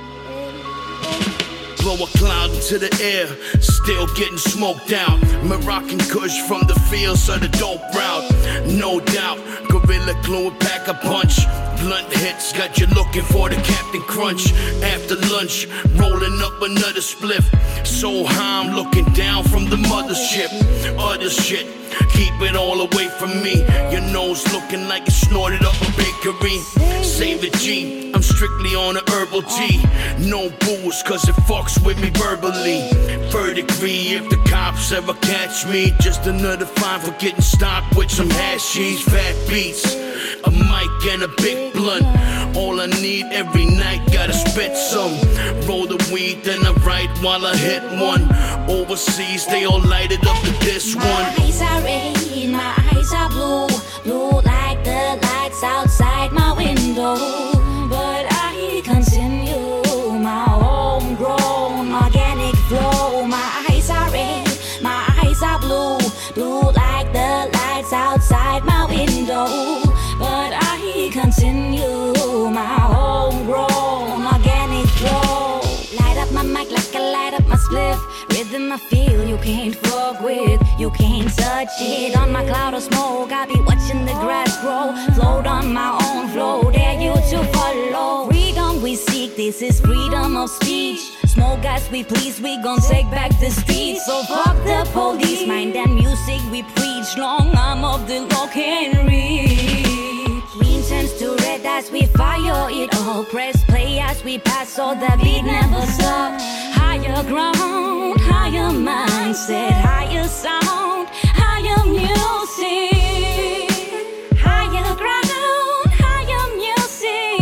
Blow a cloud into the air, still getting smoked out. Moroccan Kush from the fields of the dope route. No doubt, Gorilla Glue and pack a punch. Blunt hits, got you looking for the Captain Crunch. After lunch, rolling up another spliff. So high, I'm looking down from the mothership. Other shit, keep it all away from me. Your nose looking like it snorted up a bakery. Save the G, I'm strictly on a herbal G. No booze, cause it fucks with me verbally. Verdigris, if the cops ever catch me. Just another fine for getting stopped with some hashies. Fat beats, a mic and a big blunt. All I need every night, gotta spit some. Roll the weed, then I write while I hit one. Overseas, they all lighted up with this one. My eyes are red, my eyes are blue. Blue like the lights outside my window. But I continue my homegrown organic flow. My eyes are red, my eyes are blue. Blue like the lights outside my window. But I continue my homegrown organic flow. Light up my mic like I light up my spliff. Rhythm I feel you can't fuck with, you can't touch it. On my cloud of smoke, I be watching the grass grow. Float on my own flow, dare you to follow. Freedom we seek, this is freedom of speech. Smoke as we please, we gon' take back the streets. So fuck the police, mind that music we preach. Long arm of the law can reach. Green turns to red as we fire it all. Press play as we pass, so the beat never stop. Higher ground, higher mindset, higher sound, higher music. Higher ground, higher music.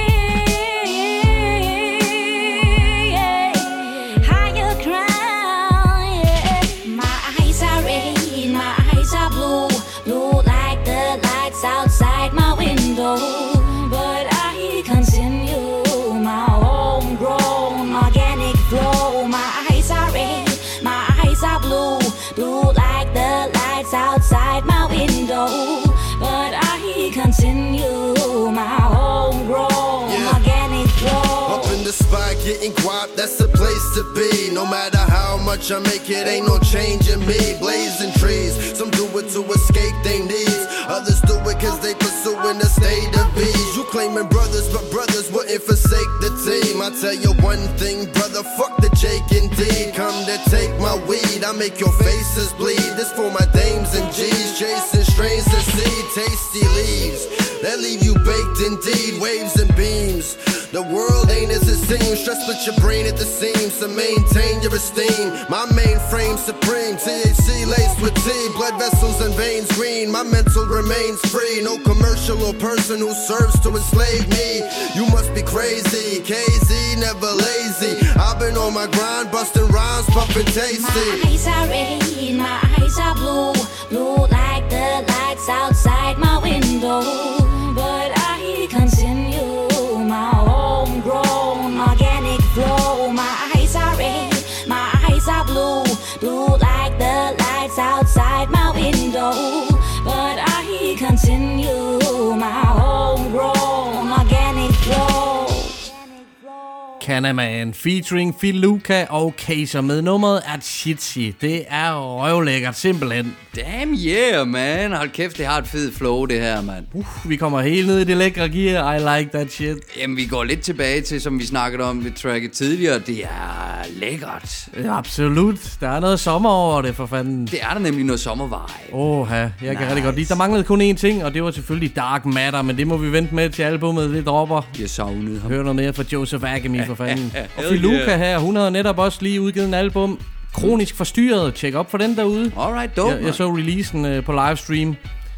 Yeah. Higher ground, yeah. My eyes are red, my eyes are blue. Blue like the lights outside my window. But I continue my homegrown organic flow. My eyes are red, my eyes are blue. Blue like the lights outside my window. But I continue my homegrown organic flow. Up in the spot getting guap, that's the place to be. No matter how much I make it, ain't no change in me. Blazing trees, some do it to escape their needs. Others do it cause they pursuing a state of ease. You claiming brothers, but brothers wouldn't forsake the team. I tell you one thing, brother, fuck the Jake indeed. Come to take my weed, I make your faces bleed. This for my dames and G's, chasing strains to see. Tasty leaves, that leave you baked indeed. Waves and beams, the world ain't as it seems. Stress split your brain at the seams to maintain your esteem. My mainframe supreme, THC laced with tea. Blood vessels and veins green, my mental remains free. No commercial or person who serves to enslave me. You must be crazy, KZ never lazy. I've been on my grind, busting rhymes, pumping tasty. My eyes are red, my eyes are blue, blue like the lights outside my window. But I continue my homegrown organic flow. My eyes are red, my eyes are blue, blue like the lights outside my window. But I continue my homegrown organic flow. Canaman featuring Filuka og Kaser med nummeret at Shitsy. Det er røvlækkert, simpelthen. Damn yeah, man. Hold kæft, det har et fedt flow, det her, man. Vi kommer helt ned i det lækre gear. I like that shit. Jamen, vi går lidt tilbage til, som vi snakkede om ved tracket tidligere. Det er lækkert. Ja, absolut. Der er noget sommer over det, for fanden. Det er der nemlig noget sommervibe. Jeg kan rigtig godt lide. Der manglede kun én ting, og det var selvfølgelig Dark Matter, men det må vi vente med til albumet det dropper. Jeg savnede ham. Hør noget mere fra Joseph Agami, for fanden. Og Filuka her, hun har netop også lige udgivet en album, Kronisk Forstyrret. Tjek op for den derude. Alright, dope. Jeg så releasen på livestream.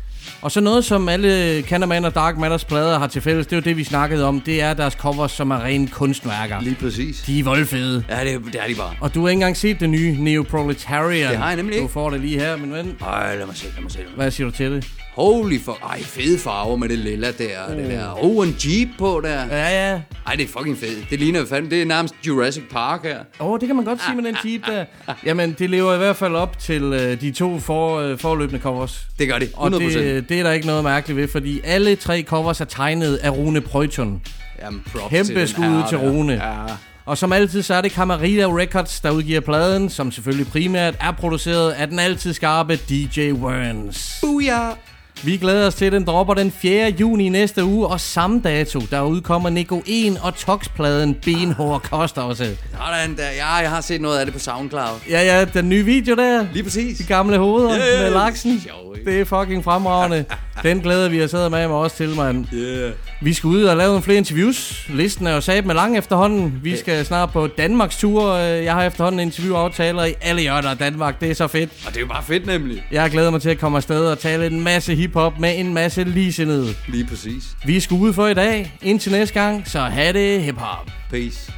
Og så noget, som alle Canaman og Dark Matters plader har til fælles, det er jo det, vi snakkede om. Det er deres covers, som er rene kunstværker. Lige præcis. De er voldfede. Ja, det er de bare. Og du har ikke engang set det nye Neoproletarian. Det har jeg nemlig ikke. Du får det lige her, min ven. Ej, lad mig se. Hvad siger du til det? Holy fuck. Ej, fede farver med det lilla der. Det der. En Jeep på der. Ja. Ej, det er fucking fedt. Det ligner fandme. Det er nærmest Jurassic Park her. Det kan man godt sige med den Jeep der. Jamen, det lever i hvert fald op til de to forløbende covers. Det gør det. 100%. Og det er der ikke noget mærkeligt ved, fordi alle tre covers er tegnet af Rune Prøjton. Jamen, props kæmpe skud til Rune. Ja. Og som altid, så er det Camarilla Records, der udgiver pladen, som selvfølgelig primært er produceret af den altid skarpe DJ Werns. Booyah! Vi glæder os til, at den dropper den 4. juni næste uge, og samme dato, der udkommer Nico 1 og Tox-pladen Benhård Koster også. Sådan der. Ja, jeg har set noget af det på SoundCloud. Ja, den nye video der. Lige præcis. De gamle hoveder med laksen. Det er fucking fremragende. Den glæder vi os med også til, mand. Yeah. Vi skal ud og lave nogle flere interviews. Listen er jo sat med lang efterhånden. Vi skal snart på Danmarks tur. Jeg har efterhånden interviewaftaler i alle hjørner af Danmark. Det er så fedt. Og det er jo bare fedt nemlig. Jeg glæder mig til at komme afsted og tale en masse hiphop med en masse ligesindede. Lige præcis. Vi skal ud for i dag. Indtil næste gang, så have det hiphop. Peace.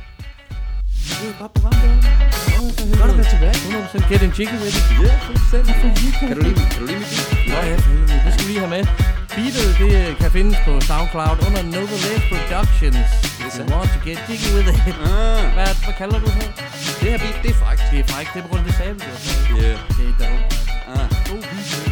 Godt at være tilbage. 100% get in jiggy with it. Ja, fuldstændig. Kan du lide mit? Ja, det skal vi lige have med. Beatet, det kan findes på SoundCloud under Nova Lake Productions. You want to get jiggy with it. Hvad kalder du det? Det her beat, det er frækt. Det er frækt, det er på grund af det sabel, du har sagt. Yeah. Det er dope. God beat.